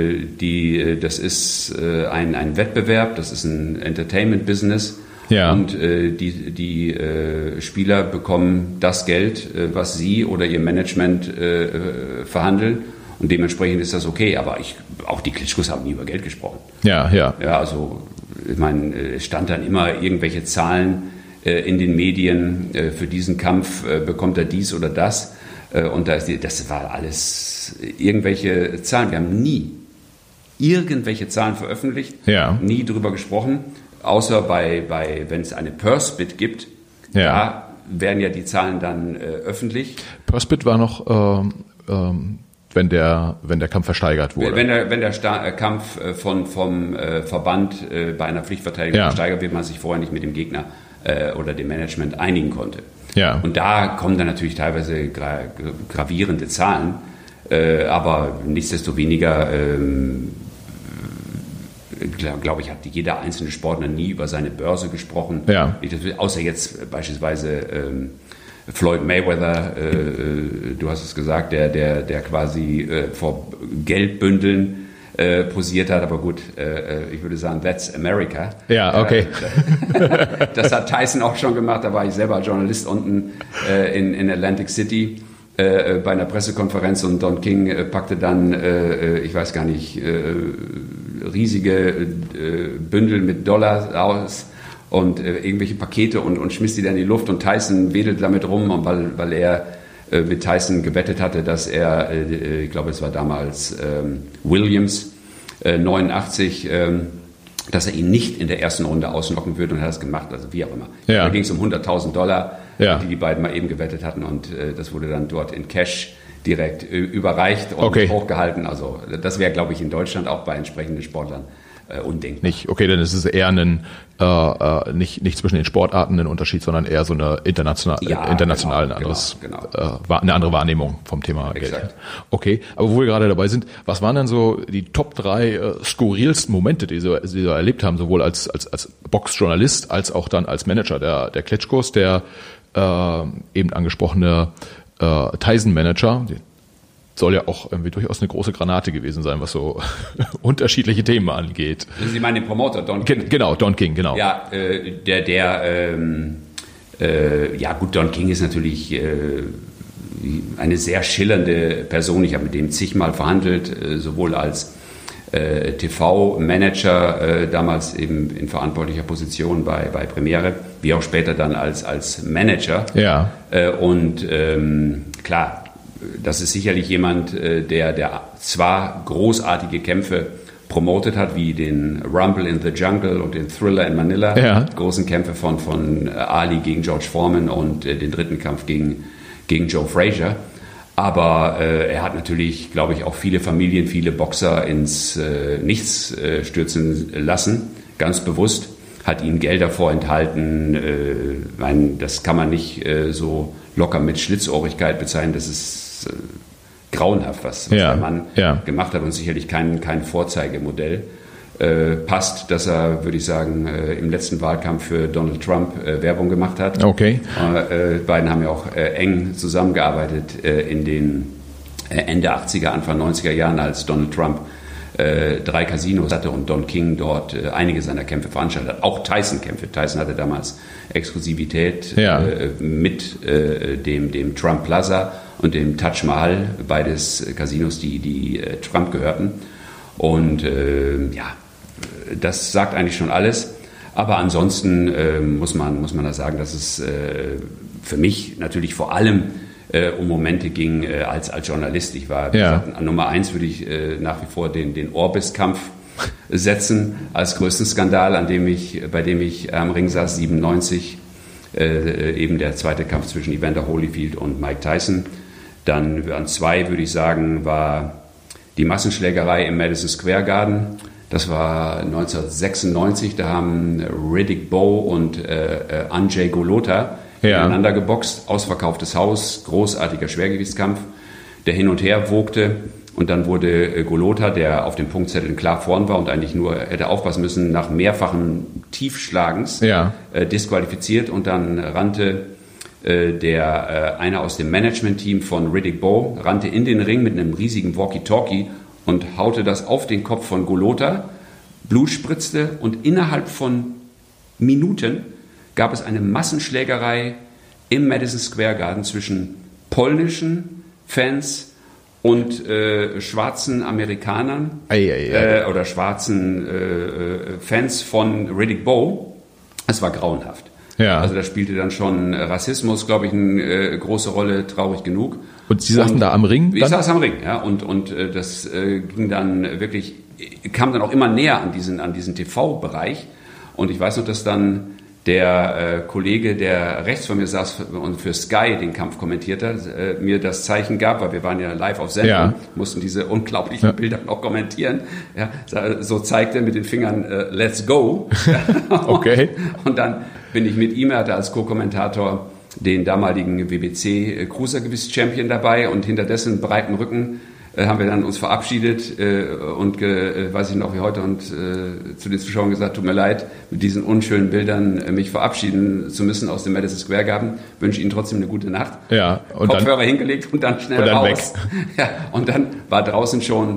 das ist ein Wettbewerb, das ist ein Entertainment-Business. Ja. Und die Spieler bekommen das Geld, was sie oder ihr Management verhandeln. Und dementsprechend ist das okay. Aber auch die Klitschkos haben nie über Geld gesprochen. Ja. Ja, also ich meine, es stand dann immer irgendwelche Zahlen in den Medien. Für diesen Kampf bekommt er dies oder das. Und das war alles irgendwelche Zahlen. Wir haben nie irgendwelche Zahlen veröffentlicht, nie drüber gesprochen. Außer wenn es eine Purse-Bid gibt, da werden ja die Zahlen dann öffentlich. Purse-Bid war noch, wenn der Kampf versteigert wurde. Wenn der Kampf vom Verband bei einer Pflichtverteidigung versteigert wird, man sich vorher nicht mit dem Gegner oder dem Management einigen konnte. Ja. Und da kommen dann natürlich teilweise gravierende Zahlen, aber nichtsdestoweniger glaube ich, hat jeder einzelne Sportler nie über seine Börse gesprochen. Ja. Außer jetzt beispielsweise Floyd Mayweather, du hast es gesagt, der quasi vor Geldbündeln posiert hat. Aber gut, ich würde sagen, that's America. Ja, okay. Das hat Tyson auch schon gemacht. Da war ich selber Journalist unten in Atlantic City bei einer Pressekonferenz und Don King packte dann, ich weiß gar nicht, riesige Bündel mit Dollar aus und irgendwelche Pakete und schmiss die dann in die Luft und Tyson wedelt damit rum, und weil er mit Tyson gewettet hatte, dass er, ich glaube es war damals Williams, 89, dass er ihn nicht in der ersten Runde ausnocken würde, und er hat es gemacht, also wie auch immer. Ja. Da ging es um $100.000, die beiden mal eben gewettet hatten, und das wurde dann dort in Cash direkt überreicht und hochgehalten. Also das wäre, glaube ich, in Deutschland auch bei entsprechenden Sportlern undenkbar. Nicht, okay, dann ist es eher nicht zwischen den Sportarten ein Unterschied, sondern eher so eine eine andere Wahrnehmung vom Thema Exakt. Geld. Okay, aber wo wir gerade dabei sind, was waren denn so die Top 3 skurrilsten Momente, die Sie erlebt haben, sowohl als Boxjournalist als auch dann als Manager der Klitschkos, der eben angesprochene Tyson-Manager, soll ja auch irgendwie durchaus eine große Granate gewesen sein, was so unterschiedliche Themen angeht. Sie meinen den Promoter Don King? Genau, Don King, genau. Ja, Don King ist natürlich eine sehr schillernde Person. Ich habe mit dem zigmal verhandelt, sowohl als TV-Manager, damals eben in verantwortlicher Position bei Premiere, wie auch später dann als Manager. Ja. Klar, das ist sicherlich jemand, der zwar großartige Kämpfe promotet hat, wie den Rumble in the Jungle und den Thriller in Manila, die großen Kämpfe von Ali gegen George Foreman und den dritten Kampf gegen Joe Frazier. Aber er hat natürlich, glaube ich, auch viele Familien, viele Boxer ins Nichts stürzen lassen, ganz bewusst, hat ihnen Gelder vorenthalten. Das kann man nicht so locker mit Schlitzohrigkeit bezeichnen, das ist grauenhaft, was der Mann gemacht hat und sicherlich kein Vorzeigemodell. Passt, dass er, würde ich sagen, im letzten Wahlkampf für Donald Trump Werbung gemacht hat. Okay. Beiden haben ja auch eng zusammengearbeitet in den Ende 80er, Anfang 90er Jahren, als Donald Trump 3 Casinos hatte und Don King dort einige seiner Kämpfe veranstaltet hat. Auch Tyson-Kämpfe. Tyson hatte damals Exklusivität mit dem Trump Plaza und dem Taj Mahal, beides Casinos, die Trump gehörten. Und das sagt eigentlich schon alles. Aber ansonsten muss man da sagen, dass es für mich natürlich vor allem um Momente ging als Journalist. Ich war, wie gesagt, an Nummer 1 würde ich nach wie vor den Orbis-Kampf setzen als größten Skandal, bei dem ich am Ring saß, 97, eben der zweite Kampf zwischen Evander Holyfield und Mike Tyson. Dann an 2 würde ich sagen, war die Massenschlägerei im Madison Square Garden. Das war 1996, da haben Riddick Bowe und Andrzej Golota gegeneinander geboxt, ausverkauftes Haus, großartiger Schwergewichtskampf, der hin und her wogte. Und dann wurde Golota, der auf dem Punktzettel klar vorn war und eigentlich nur hätte aufpassen müssen, nach mehrfachen Tiefschlagens disqualifiziert. Und dann rannte einer aus dem Management-Team von Riddick Bowe, rannte in den Ring mit einem riesigen Walkie-Talkie und haute das auf den Kopf von Golota. Blut spritzte und innerhalb von Minuten gab es eine Massenschlägerei im Madison Square Garden zwischen polnischen Fans und schwarzen Amerikanern oder schwarzen Fans von Riddick Bowe. Es war grauenhaft. Ja. Also da spielte dann schon Rassismus, glaube ich, eine große Rolle, traurig genug. Und Sie saßen da am Ring? Ich saß am Ring, ja, und das ging dann wirklich, kam dann auch immer näher an diesen TV-Bereich. Und ich weiß noch, dass dann der Kollege, der rechts von mir saß und für Sky den Kampf kommentiert hat, mir das Zeichen gab, weil wir waren ja live auf Sendung, mussten diese unglaublichen Bilder noch kommentieren. Ja, so zeigte er mit den Fingern, let's go. Okay. Und dann bin ich mit ihm, er hatte als Co-Kommentator den damaligen WBC Cruisergewichts-Champion dabei und hinter dessen breiten Rücken haben wir dann uns verabschiedet und weiß ich noch wie heute und zu den Zuschauern gesagt, tut mir leid, mit diesen unschönen Bildern mich verabschieden zu müssen aus dem Madison Square Garden. Wünsche Ihnen trotzdem eine gute Nacht. Ja, und Kopfhörer hingelegt und dann schnell raus. Weg. Ja, und dann war draußen schon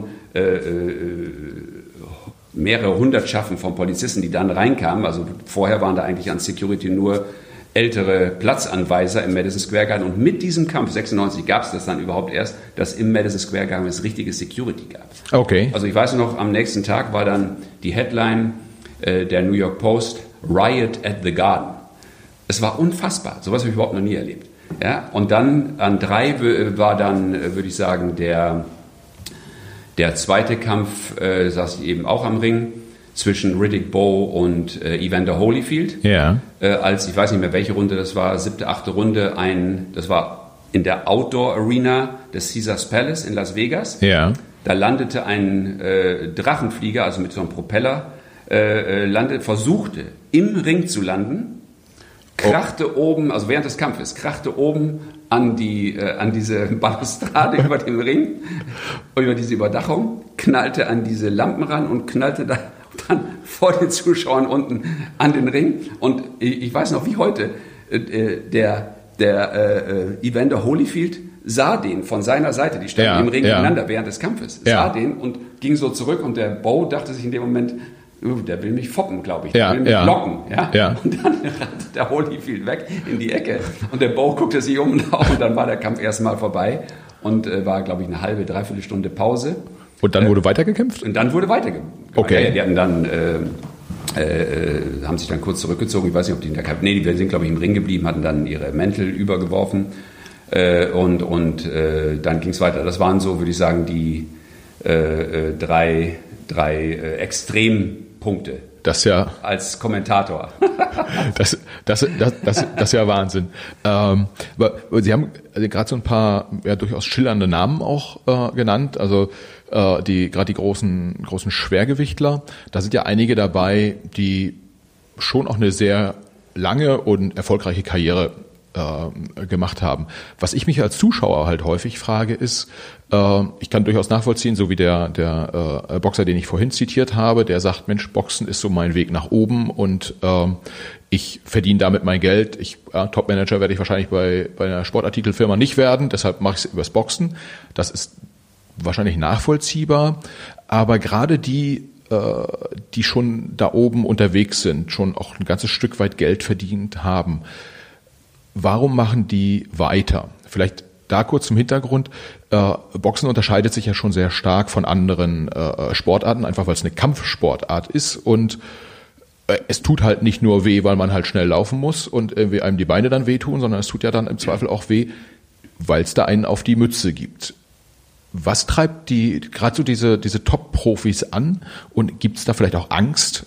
mehrere Hundertschaften von Polizisten, die dann reinkamen. Also vorher waren da eigentlich an Security nur ältere Platzanweiser im Madison Square Garden. Und mit diesem Kampf 96 gab es das dann überhaupt erst, dass im Madison Square Garden es richtige Security gab. Okay. Also ich weiß noch, am nächsten Tag war dann die Headline der New York Post, Riot at the Garden. Es war unfassbar. Sowas habe ich überhaupt noch nie erlebt. Ja? Und dann an 3 war dann, würde ich sagen, der zweite Kampf, saß ich eben auch am Ring, zwischen Riddick Bowe und Evander Holyfield. Ja. Als, ich weiß nicht mehr, welche Runde das war, 7., 8. Runde, das war in der Outdoor Arena des Caesars Palace in Las Vegas. Ja. Da landete ein Drachenflieger, also mit so einem Propeller, versuchte im Ring zu landen, krachte oben, also während des Kampfes, krachte oben an diese Balustrade über dem Ring, über diese Überdachung, knallte an diese Lampen ran und knallte dann vor den Zuschauern unten an den Ring. Und ich weiß noch wie heute, der Evander Holyfield sah den von seiner Seite, die standen im Ring gegeneinander während des Kampfes, sah den und ging so zurück und der Bo dachte sich in dem Moment, der will mich foppen, glaube ich, der will mich locken. Ja? Und dann rannte der Holyfield weg in die Ecke und der Bo guckte sich um und dann war der Kampf erstmal vorbei und war, glaube ich, eine halbe, dreiviertel Stunde Pause. Und dann wurde weitergekämpft? Und dann wurde weitergekämpft. Okay. Ja, die hatten dann, haben sich dann kurz zurückgezogen. Ich weiß nicht, ob die die sind, glaube ich, im Ring geblieben, hatten dann ihre Mäntel übergeworfen. Und dann ging es weiter. Das waren so, würde ich sagen, die drei Extrempunkte. Das ja als Kommentator. Das ist ja Wahnsinn. Aber Sie haben gerade so ein paar durchaus schillernde Namen auch genannt. Also gerade die großen Schwergewichtler. Da sind ja einige dabei, die schon auch eine sehr lange und erfolgreiche Karriere gemacht haben. Was ich mich als Zuschauer halt häufig frage ist, ich kann durchaus nachvollziehen, so wie der Boxer, den ich vorhin zitiert habe, der sagt, Mensch, Boxen ist so mein Weg nach oben und ich verdiene damit mein Geld. Topmanager werde ich wahrscheinlich bei einer Sportartikelfirma nicht werden, deshalb mache ich es übers Boxen. Das ist wahrscheinlich nachvollziehbar, aber gerade die schon da oben unterwegs sind, schon auch ein ganzes Stück weit Geld verdient haben, warum machen die weiter? Vielleicht da kurz zum Hintergrund. Boxen unterscheidet sich ja schon sehr stark von anderen Sportarten, einfach weil es eine Kampfsportart ist und es tut halt nicht nur weh, weil man halt schnell laufen muss und irgendwie einem die Beine dann wehtun, sondern es tut ja dann im Zweifel auch weh, weil es da einen auf die Mütze gibt. Was treibt gerade so diese Top-Profis an und gibt es da vielleicht auch Angst,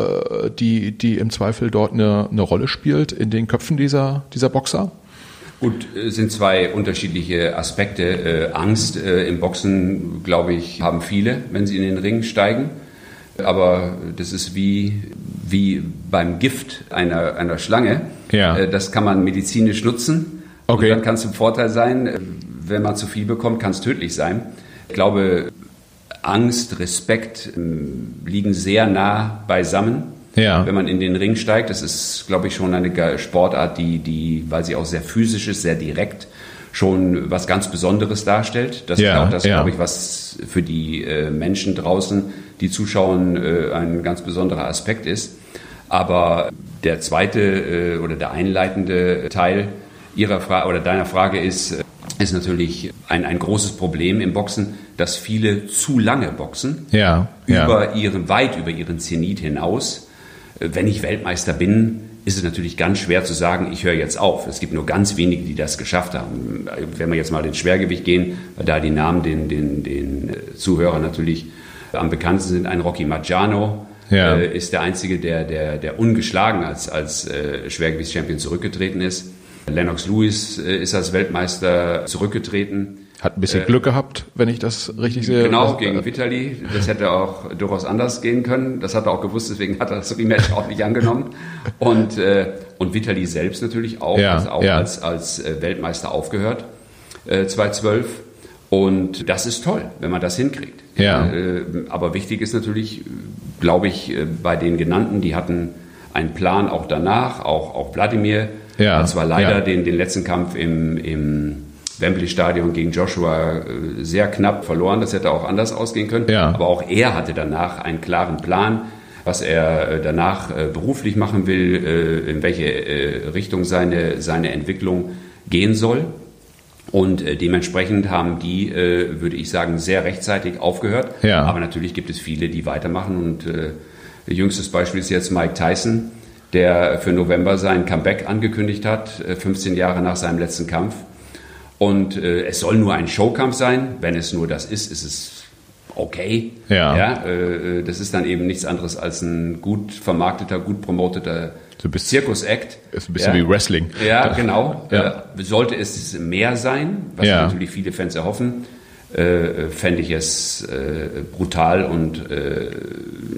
die im Zweifel dort eine Rolle spielt in den Köpfen dieser Boxer? Gut, es sind zwei unterschiedliche Aspekte. Angst im Boxen, glaube ich, haben viele, wenn sie in den Ring steigen. Aber das ist wie beim Gift einer Schlange. Ja. Das kann man medizinisch nutzen. Okay. Und dann kann es ein Vorteil sein. Wenn man zu viel bekommt, kann es tödlich sein. Ich glaube, Angst, Respekt liegen sehr nah beisammen, wenn man in den Ring steigt. Das ist, glaube ich, schon eine Sportart, die, weil sie auch sehr physisch ist, sehr direkt, schon was ganz Besonderes darstellt. Das ist auch das, glaube ich, was für die Menschen draußen, die zuschauen, ein ganz besonderer Aspekt ist. Aber der zweite oder der einleitende Teil Ihrer Frage oder deiner Frage ist natürlich ein großes Problem im Boxen, dass viele zu lange boxen, weit über ihren Zenit hinaus. Wenn ich Weltmeister bin, ist es natürlich ganz schwer zu sagen, ich höre jetzt auf. Es gibt nur ganz wenige, die das geschafft haben. Wenn wir jetzt mal ins Schwergewicht gehen, weil da die Namen den Zuhörern natürlich am bekanntesten sind, ein Rocky Marciano ist der Einzige, der ungeschlagen als Schwergewichtschampion zurückgetreten ist. Lennox Lewis ist als Weltmeister zurückgetreten. Hat ein bisschen Glück gehabt, wenn ich das richtig sehe. Genau, gegen Vitali. Das hätte auch durchaus anders gehen können. Das hat er auch gewusst, deswegen hat er das Rematch auch nicht angenommen. Und Vitali selbst natürlich auch, als Weltmeister aufgehört, 2012. Und das ist toll, wenn man das hinkriegt. Ja. Aber wichtig ist natürlich, glaube ich, bei den Genannten, die hatten einen Plan auch danach, auch Wladimir. Hat zwar leider den letzten Kampf im Wembley-Stadion gegen Joshua sehr knapp verloren, das hätte auch anders ausgehen können, aber auch er hatte danach einen klaren Plan, was er danach beruflich machen will, in welche Richtung seine Entwicklung gehen soll. Und dementsprechend haben die, würde ich sagen, sehr rechtzeitig aufgehört. Ja. Aber natürlich gibt es viele, die weitermachen. Und jüngstes Beispiel ist jetzt Mike Tyson, der für November sein Comeback angekündigt hat, 15 Jahre nach seinem letzten Kampf. Und es soll nur ein Showkampf sein. Wenn es nur das ist es okay. Das ist dann eben nichts anderes als ein gut vermarkteter, gut promoteter Zirkus-Act. Ist ein bisschen wie Wrestling. Ja, genau. Sollte es mehr sein, was natürlich viele Fans erhoffen, fände ich es brutal und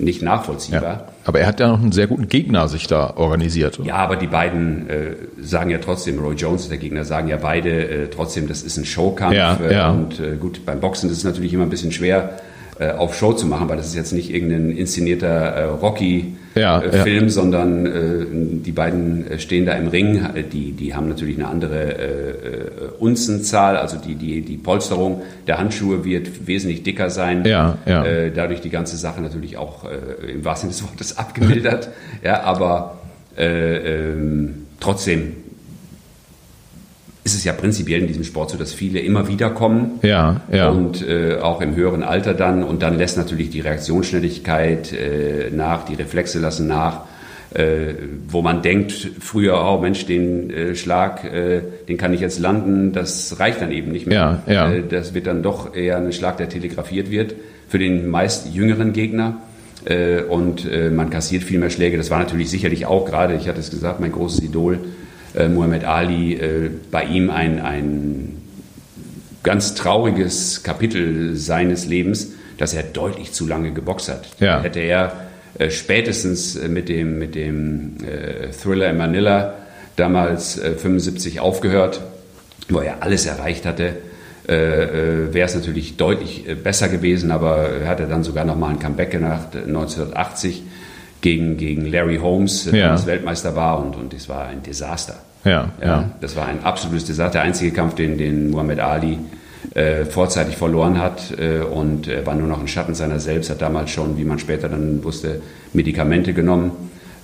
nicht nachvollziehbar. Ja. Aber er hat ja noch einen sehr guten Gegner sich da organisiert. Oder? Ja, aber die beiden sagen ja trotzdem, Roy Jones ist der Gegner, sagen ja beide trotzdem, das ist ein Showkampf. Und gut, beim Boxen ist es natürlich immer ein bisschen schwer, auf Show zu machen, weil das ist jetzt nicht irgendein inszenierter Rocky-Film, sondern die beiden stehen da im Ring. Die haben natürlich eine andere Unzenzahl, also die Polsterung der Handschuhe wird wesentlich dicker sein. Dadurch die ganze Sache natürlich auch im wahrsten Sinne des Wortes abgemildert. Ja, aber trotzdem ist es ja prinzipiell in diesem Sport so, dass viele immer wieder kommen und auch im höheren Alter dann, und dann lässt natürlich die Reaktionsschnelligkeit nach, die Reflexe lassen nach, wo man denkt früher, oh Mensch, den Schlag, den kann ich jetzt landen, das reicht dann eben nicht mehr. Das wird dann doch eher ein Schlag, der telegrafiert wird für den meist jüngeren Gegner. Und man kassiert viel mehr Schläge. Das war natürlich sicherlich auch gerade, ich hatte es gesagt, mein großes Idol, Muhammad Ali, bei ihm ein ganz trauriges Kapitel seines Lebens, dass er deutlich zu lange geboxt hat. Hätte er spätestens mit dem Thriller in Manila damals 75 aufgehört, wo er alles erreicht hatte, wäre es natürlich deutlich besser gewesen, aber er hatte dann sogar noch mal ein Comeback gemacht 1980 gegen Larry Holmes, der damals Weltmeister war, und das war ein Desaster. Das war ein absolutes Desaster. Der einzige Kampf, den Muhammad Ali vorzeitig verloren hat, und er war nur noch ein Schatten seiner selbst, hat damals schon, wie man später dann wusste, Medikamente genommen.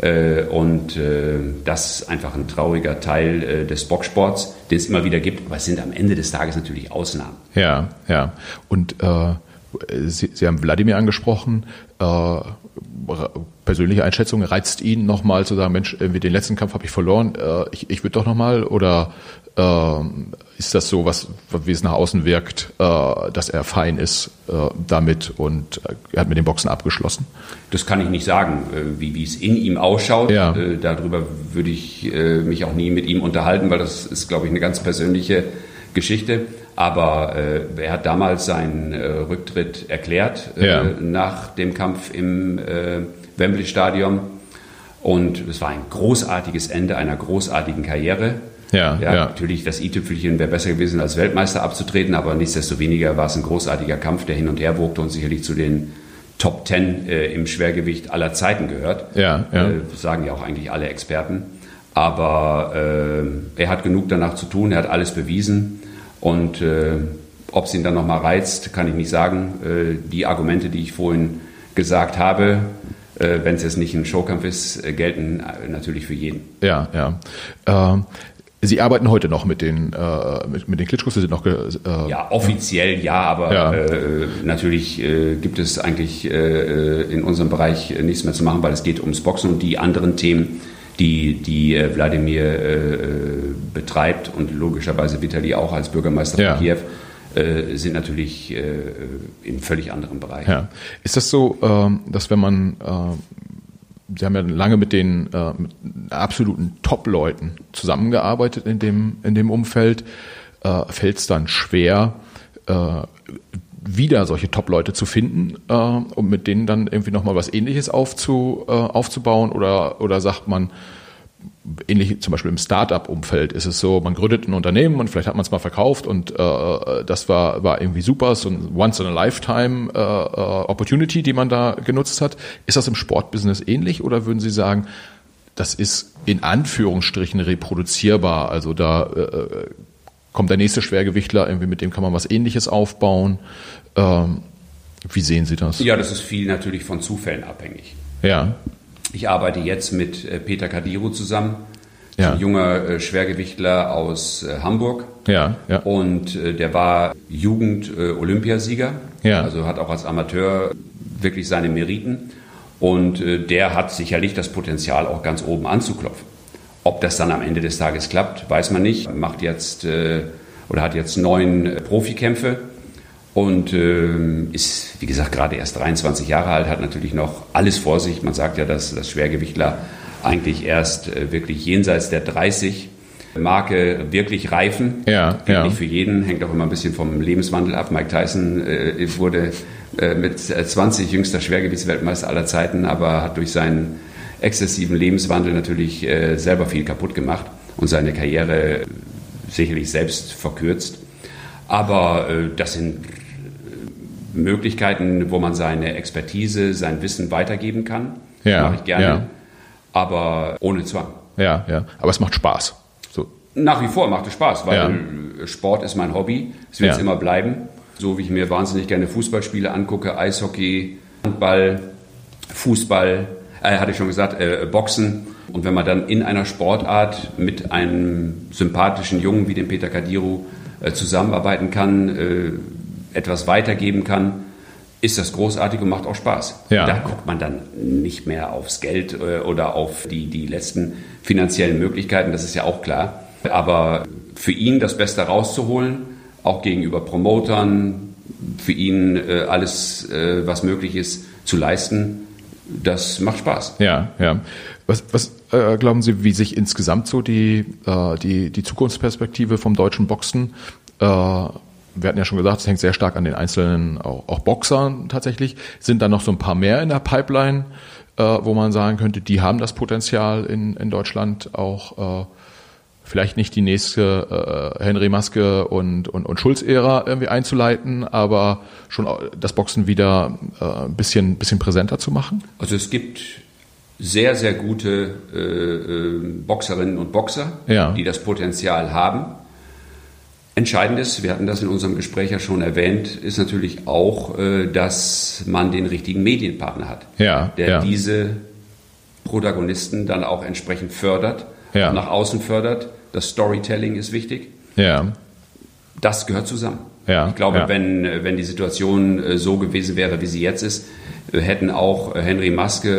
Das ist einfach ein trauriger Teil des Boxsports, den es immer wieder gibt, aber es sind am Ende des Tages natürlich Ausnahmen. Und Sie haben Wladimir angesprochen. Persönliche Einschätzung, reizt ihn nochmal zu sagen, Mensch, irgendwie den letzten Kampf habe ich verloren, ich würde doch nochmal, oder ist das so, wie es nach außen wirkt, dass er fein ist damit und er hat mit dem Boxen abgeschlossen? Das kann ich nicht sagen, wie es in ihm ausschaut. Darüber würde ich mich auch nie mit ihm unterhalten, weil das ist, glaube ich, eine ganz persönliche Geschichte. Aber er hat damals seinen Rücktritt erklärt nach dem Kampf im Wembley-Stadion. Und es war ein großartiges Ende einer großartigen Karriere. Natürlich, das i-Tüpfelchen wäre besser gewesen, als Weltmeister abzutreten, aber nichtsdestoweniger war es ein großartiger Kampf, der hin und her wogte und sicherlich zu den Top 10 im Schwergewicht aller Zeiten gehört. Sagen ja auch eigentlich alle Experten. Aber er hat genug danach zu tun, er hat alles bewiesen. Und ob es ihn dann nochmal reizt, kann ich nicht sagen. Die Argumente, die ich vorhin gesagt habe, wenn es jetzt nicht ein Showkampf ist, gelten natürlich für jeden. Sie arbeiten heute noch mit den Klitschkos? Sie sind noch ja, offiziell ja, aber natürlich gibt es eigentlich in unserem Bereich nichts mehr zu machen, weil es geht ums Boxen und die anderen Themen, die Wladimir betreibt und logischerweise Vitali auch als Bürgermeister von Kiew, sind natürlich in völlig anderen Bereichen. Ist das so, dass wenn man Sie haben ja lange mit den absoluten Top-Leuten zusammengearbeitet in dem Umfeld. Fällt es dann schwer, wieder solche Top-Leute zu finden, um mit denen dann irgendwie nochmal was Ähnliches aufzubauen? Oder sagt man, ähnlich zum Beispiel im Start-up-Umfeld ist es so, man gründet ein Unternehmen und vielleicht hat man es mal verkauft und das war irgendwie super, so ein Once-in-a-Lifetime Opportunity, die man da genutzt hat. Ist das im Sportbusiness ähnlich oder würden Sie sagen, das ist in Anführungsstrichen reproduzierbar? Also da kommt der nächste Schwergewichtler, irgendwie mit dem kann man was Ähnliches aufbauen. Wie sehen Sie das? Ja, das ist viel natürlich von Zufällen abhängig. Ich arbeite jetzt mit Peter Kadiru zusammen, ein junger Schwergewichtler aus Hamburg. Und der war Jugend-Olympiasieger, also hat auch als Amateur wirklich seine Meriten. Und der hat sicherlich das Potenzial, auch ganz oben anzuklopfen. Ob das dann am Ende des Tages klappt, weiß man nicht. Macht jetzt oder hat jetzt 9 Profikämpfe. Und ist, wie gesagt, gerade erst 23 Jahre alt, hat natürlich noch alles vor sich. Man sagt ja, dass Schwergewichtler eigentlich erst wirklich jenseits der 30-Marke wirklich reifen. Nicht für jeden, hängt auch immer ein bisschen vom Lebenswandel ab. Mike Tyson wurde mit 20 jüngster Schwergewichtsweltmeister aller Zeiten, aber hat durch seinen exzessiven Lebenswandel natürlich selber viel kaputt gemacht und seine Karriere sicherlich selbst verkürzt. Aber das sind Möglichkeiten, wo man seine Expertise, sein Wissen weitergeben kann. Das mache ich gerne, aber ohne Zwang. Ja. Aber es macht Spaß. So. Nach wie vor macht es Spaß, weil Sport ist mein Hobby. Es wird es immer bleiben. So wie ich mir wahnsinnig gerne Fußballspiele angucke, Eishockey, Handball, Fußball, hatte ich schon gesagt, Boxen. Und wenn man dann in einer Sportart mit einem sympathischen Jungen wie dem Peter Kadiru zusammenarbeiten kann, etwas weitergeben kann, ist das großartig und macht auch Spaß. Ja. Da guckt man dann nicht mehr aufs Geld oder auf die letzten finanziellen Möglichkeiten, das ist ja auch klar. Aber für ihn das Beste rauszuholen, auch gegenüber Promotern, für ihn alles, was möglich ist, zu leisten, das macht Spaß. Ja. Was glauben Sie, wie sich insgesamt so die Zukunftsperspektive vom deutschen Boxen, wir hatten ja schon gesagt, es hängt sehr stark an den einzelnen auch Boxern tatsächlich, sind da noch so ein paar mehr in der Pipeline, wo man sagen könnte, die haben das Potenzial in Deutschland auch vielleicht nicht die nächste Henry Maske und Schulz-Ära irgendwie einzuleiten, aber schon das Boxen wieder ein bisschen präsenter zu machen? Also es gibt sehr, sehr gute Boxerinnen und Boxer, die das Potenzial haben. Entscheidend ist, wir hatten das in unserem Gespräch ja schon erwähnt, ist natürlich auch, dass man den richtigen Medienpartner hat, der diese Protagonisten dann auch entsprechend fördert, nach außen fördert. Das Storytelling ist wichtig. Ja. Das gehört zusammen. Ja. Ich glaube, wenn die Situation so gewesen wäre, wie sie jetzt ist, hätten auch Henry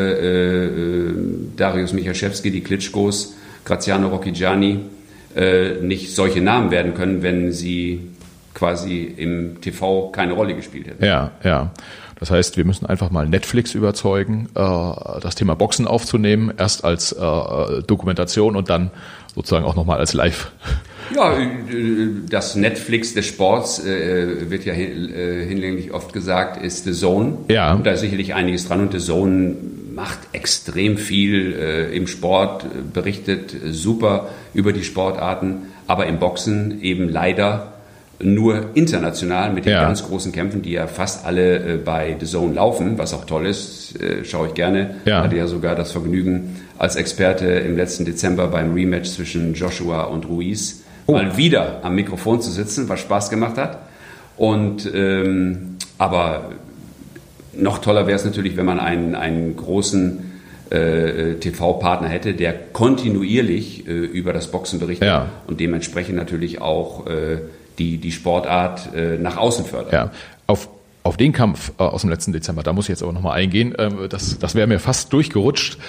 Maske, Dariusz Michalczewski, die Klitschkos, Graziano Rocchigiani nicht solche Namen werden können, wenn sie quasi im TV keine Rolle gespielt hätten. Ja. Das heißt, wir müssen einfach mal Netflix überzeugen, das Thema Boxen aufzunehmen, erst als Dokumentation und dann sozusagen auch nochmal als Live. Ja, das Netflix des Sports, wird ja hinlänglich oft gesagt, ist The Zone. Ja. Und da ist sicherlich einiges dran. Und The Zone macht extrem viel im Sport, berichtet super über die Sportarten, aber im Boxen eben leider nur international mit den ganz großen Kämpfen, die ja fast alle bei The Zone laufen, was auch toll ist, schaue ich gerne. Hatte ja sogar das Vergnügen, als Experte im letzten Dezember beim Rematch zwischen Joshua und Ruiz mal wieder am Mikrofon zu sitzen, was Spaß gemacht hat. Und aber noch toller wäre es natürlich, wenn man einen großen TV-Partner hätte, der kontinuierlich über das Boxen berichtet und dementsprechend natürlich auch die Sportart nach außen fördert. Ja. Auf den Kampf aus dem letzten Dezember, da muss ich jetzt aber nochmal eingehen, das wäre mir fast durchgerutscht.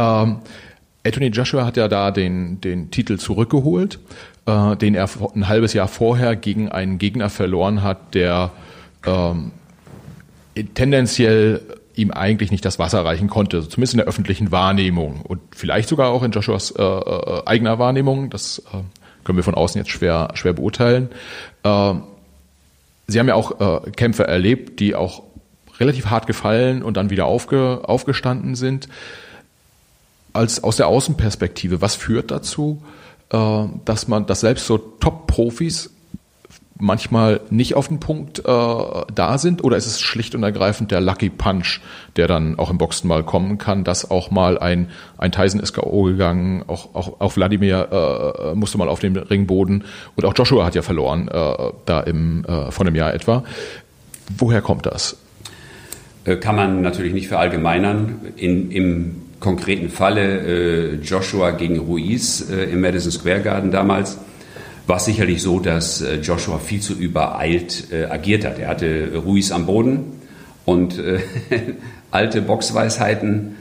Anthony Joshua hat ja da den Titel zurückgeholt, den er ein halbes Jahr vorher gegen einen Gegner verloren hat, der tendenziell ihm eigentlich nicht das Wasser reichen konnte, zumindest in der öffentlichen Wahrnehmung und vielleicht sogar auch in Joshuas eigener Wahrnehmung. Das können wir von außen jetzt schwer beurteilen. Sie haben ja auch Kämpfe erlebt, die auch relativ hart gefallen und dann wieder aufgestanden sind. Aus der Außenperspektive, was führt dazu, dass selbst so Top-Profis manchmal nicht auf den Punkt da sind? Oder ist es schlicht und ergreifend der Lucky Punch, der dann auch im Boxen mal kommen kann, dass auch mal ein Tyson ist K.O. gegangen, auch Wladimir musste mal auf den Ringboden und auch Joshua hat ja verloren, da vor einem Jahr etwa. Woher kommt das? Kann man natürlich nicht verallgemeinern. Im konkreten Falle Joshua gegen Ruiz im Madison Square Garden damals war es sicherlich so, dass Joshua viel zu übereilt agiert hat. Er hatte Ruiz am Boden und alte Boxweisheiten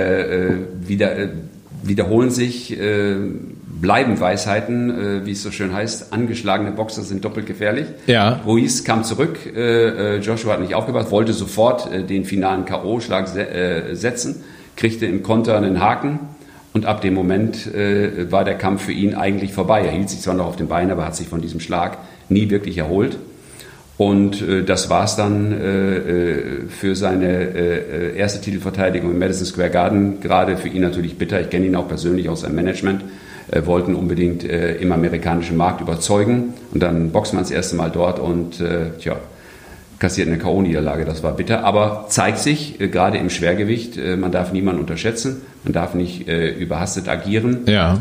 wiederholen sich, bleiben Weisheiten, wie es so schön heißt. Angeschlagene Boxer sind doppelt gefährlich. Ja. Ruiz kam zurück, Joshua hat nicht aufgepasst, wollte sofort den finalen K.O.-Schlag setzen, kriegte im Konter einen Haken. Und ab dem Moment war der Kampf für ihn eigentlich vorbei. Er hielt sich zwar noch auf den Beinen, aber hat sich von diesem Schlag nie wirklich erholt. Und das war es dann für seine erste Titelverteidigung im Madison Square Garden. Gerade für ihn natürlich bitter. Ich kenne ihn auch persönlich aus seinem Management. Wollten unbedingt im amerikanischen Markt überzeugen. Und dann boxt man das erste Mal dort und kassiert eine K.O.-Niederlage. Das war bitter. Aber zeigt sich, gerade im Schwergewicht, man darf niemanden unterschätzen. Man darf nicht überhastet agieren. Ja.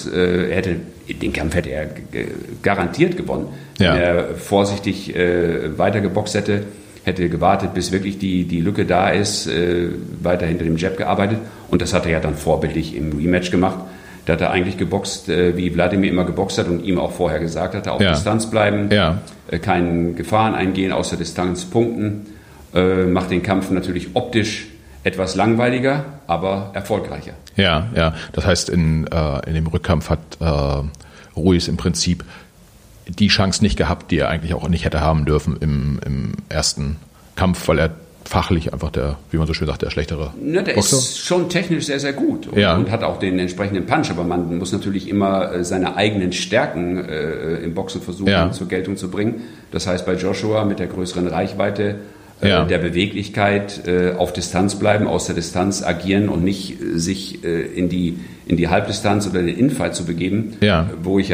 Den Kampf hätte er garantiert gewonnen. Ja. Wenn er vorsichtig weitergeboxt hätte gewartet, bis wirklich die Lücke da ist, weiter hinter dem Jab gearbeitet. Und das hat er ja dann vorbildlich im Rematch gemacht. Da hat er eigentlich geboxt, wie Wladimir immer geboxt hat und ihm auch vorher gesagt hatte, auf Distanz bleiben, keinen Gefahren eingehen, außer Distanz punkten. Macht den Kampf natürlich optisch etwas langweiliger, aber erfolgreicher. Ja. Das heißt, in dem Rückkampf hat Ruiz im Prinzip die Chance nicht gehabt, die er eigentlich auch nicht hätte haben dürfen im ersten Kampf, weil er fachlich einfach wie man so schön sagt, der schlechtere der Boxer ist schon technisch sehr, sehr gut und hat auch den entsprechenden Punch, aber man muss natürlich immer seine eigenen Stärken im Boxen versuchen zur Geltung zu bringen. Das heißt, bei Joshua mit der größeren Reichweite, der Beweglichkeit, auf Distanz bleiben, aus der Distanz agieren und nicht sich in die Halbdistanz oder den Infight zu begeben, wo ich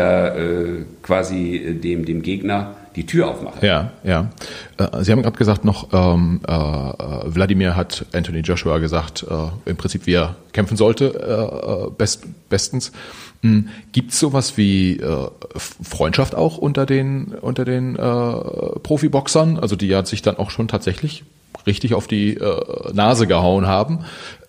quasi dem Gegner die Tür aufmache. Ja. Sie haben gerade gesagt noch, Wladimir hat Anthony Joshua gesagt, im Prinzip wie er kämpfen sollte, bestens. Gibt es sowas wie Freundschaft auch unter den Profiboxern, also die ja sich dann auch schon tatsächlich richtig auf die Nase gehauen haben?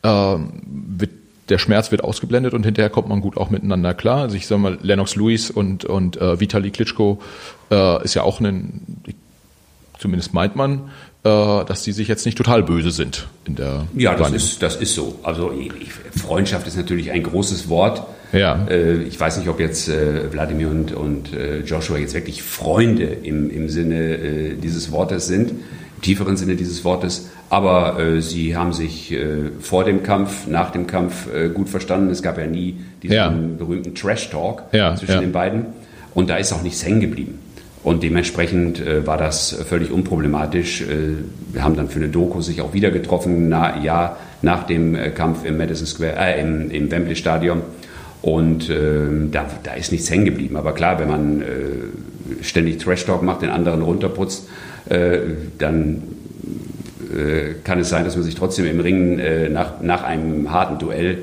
Der Schmerz wird ausgeblendet und hinterher kommt man gut auch miteinander klar. Also ich sage mal, Lennox Lewis und Vitali Klitschko ist ja auch zumindest meint man, dass die sich jetzt nicht total böse sind in der das ist so. Also Freundschaft ist natürlich ein großes Wort. Ja. Ich weiß nicht, ob jetzt Wladimir und Joshua jetzt wirklich Freunde im Sinne dieses Wortes sind, im tieferen Sinne dieses Wortes. Aber sie haben sich vor dem Kampf, nach dem Kampf gut verstanden. Es gab ja nie diesen berühmten Trash-Talk zwischen den beiden. Und da ist auch nichts hängen geblieben. Und dementsprechend war das völlig unproblematisch. Wir haben dann für eine Doku sich auch wieder getroffen, nach dem Kampf im Madison Square, im Wembley Stadion. Und da ist nichts hängen geblieben. Aber klar, wenn man ständig Trash-Talk macht, den anderen runterputzt, dann kann es sein, dass man sich trotzdem im Ring nach einem harten Duell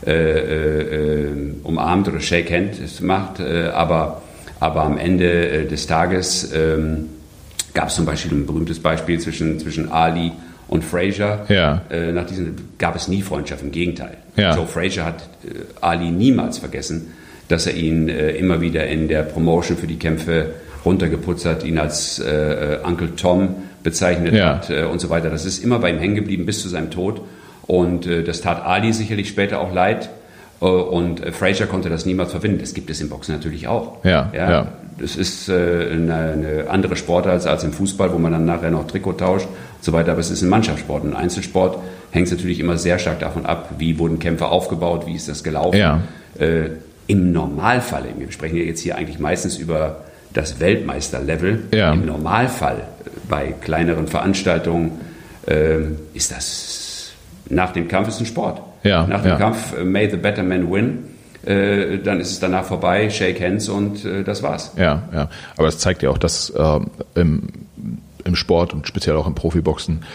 umarmt oder Shake Hand macht. Aber am Ende des Tages gab es zum Beispiel ein berühmtes Beispiel zwischen Ali und Frazier. Nach diesen gab es nie Freundschaft, im Gegenteil. Joe Frazier hat Ali niemals vergessen, dass er ihn immer wieder in der Promotion für die Kämpfe runtergeputzt hat, ihn als Uncle Tom bezeichnet hat und so weiter. Das ist immer bei ihm hängen geblieben bis zu seinem Tod. Und das tat Ali sicherlich später auch leid. Und Frazier konnte das niemals verwinden. Das gibt es im Boxen natürlich auch. Das ist eine andere Sportart als im Fußball, wo man dann nachher noch Trikot tauscht und so weiter. Aber es ist ein Mannschaftssport. Ein Einzelsport hängt natürlich immer sehr stark davon ab, wie wurden Kämpfe aufgebaut, wie ist das gelaufen. Im Normalfall, wir sprechen ja jetzt hier eigentlich meistens über das Weltmeisterlevel. Im Normalfall bei kleineren Veranstaltungen ist das nach dem Kampf ist ein Sport. Nach dem Kampf may the better man win. Dann ist es danach vorbei, shake hands und das war's. Aber es zeigt ja auch, dass im Sport und speziell auch im Profiboxen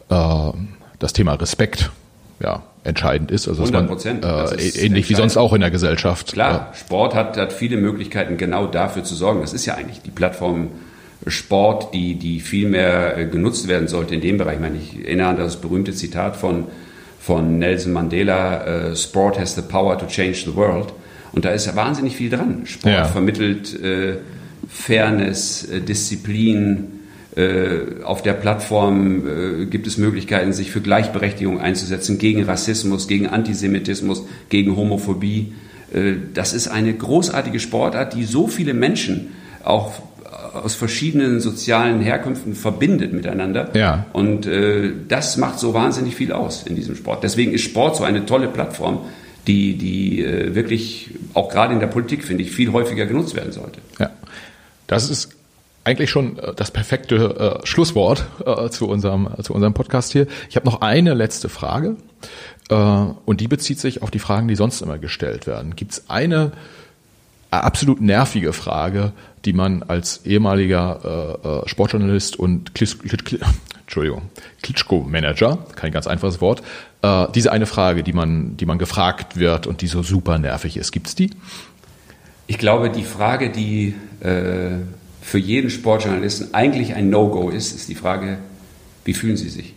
das Thema Respekt entscheidend ist. Also 100%. Ähnlich wie sonst auch in der Gesellschaft. Klar, Sport hat viele Möglichkeiten, genau dafür zu sorgen. Das ist ja eigentlich die Plattform Sport, die viel mehr genutzt werden sollte in dem Bereich. Ich meine, ich erinnere an das berühmte Zitat von Nelson Mandela, Sport has the power to change the world. Und da ist ja wahnsinnig viel dran. Sport vermittelt Fairness, Disziplin. Auf der Plattform gibt es Möglichkeiten, sich für Gleichberechtigung einzusetzen, gegen Rassismus, gegen Antisemitismus, gegen Homophobie. Das ist eine großartige Sportart, die so viele Menschen auch aus verschiedenen sozialen Herkünften verbindet miteinander. Und das macht so wahnsinnig viel aus in diesem Sport. Deswegen ist Sport so eine tolle Plattform, die wirklich auch gerade in der Politik, finde ich, viel häufiger genutzt werden sollte. Das ist eigentlich schon das perfekte Schlusswort zu unserem Podcast hier. Ich habe noch eine letzte Frage und die bezieht sich auf die Fragen, die sonst immer gestellt werden. Gibt es eine absolut nervige Frage, die man als ehemaliger Sportjournalist und Klitschko-Manager, kein ganz einfaches Wort, diese eine Frage, die man gefragt wird und die so super nervig ist, gibt's die? Ich glaube, die Frage, die für jeden Sportjournalisten eigentlich ein No-Go ist die Frage, wie fühlen Sie sich?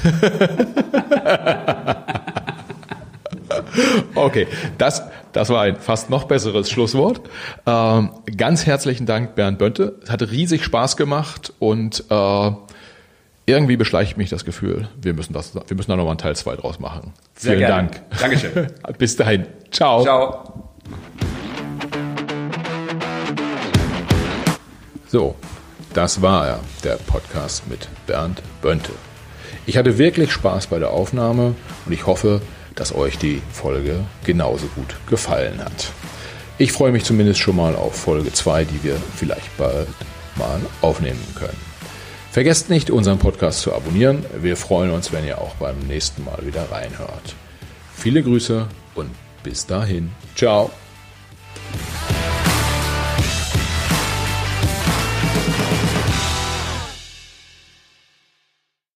Okay, das war ein fast noch besseres Schlusswort. Ganz herzlichen Dank, Bernd Bönte. Es hat riesig Spaß gemacht und irgendwie beschleicht mich das Gefühl, wir müssen da nochmal einen Teil 2 draus machen. Sehr Vielen gerne. Dank. Dankeschön. Bis dahin. Ciao. Ciao. So, das war er, der Podcast mit Bernd Bönte. Ich hatte wirklich Spaß bei der Aufnahme und ich hoffe, dass euch die Folge genauso gut gefallen hat. Ich freue mich zumindest schon mal auf Folge 2, die wir vielleicht bald mal aufnehmen können. Vergesst nicht, unseren Podcast zu abonnieren. Wir freuen uns, wenn ihr auch beim nächsten Mal wieder reinhört. Viele Grüße und bis dahin. Ciao.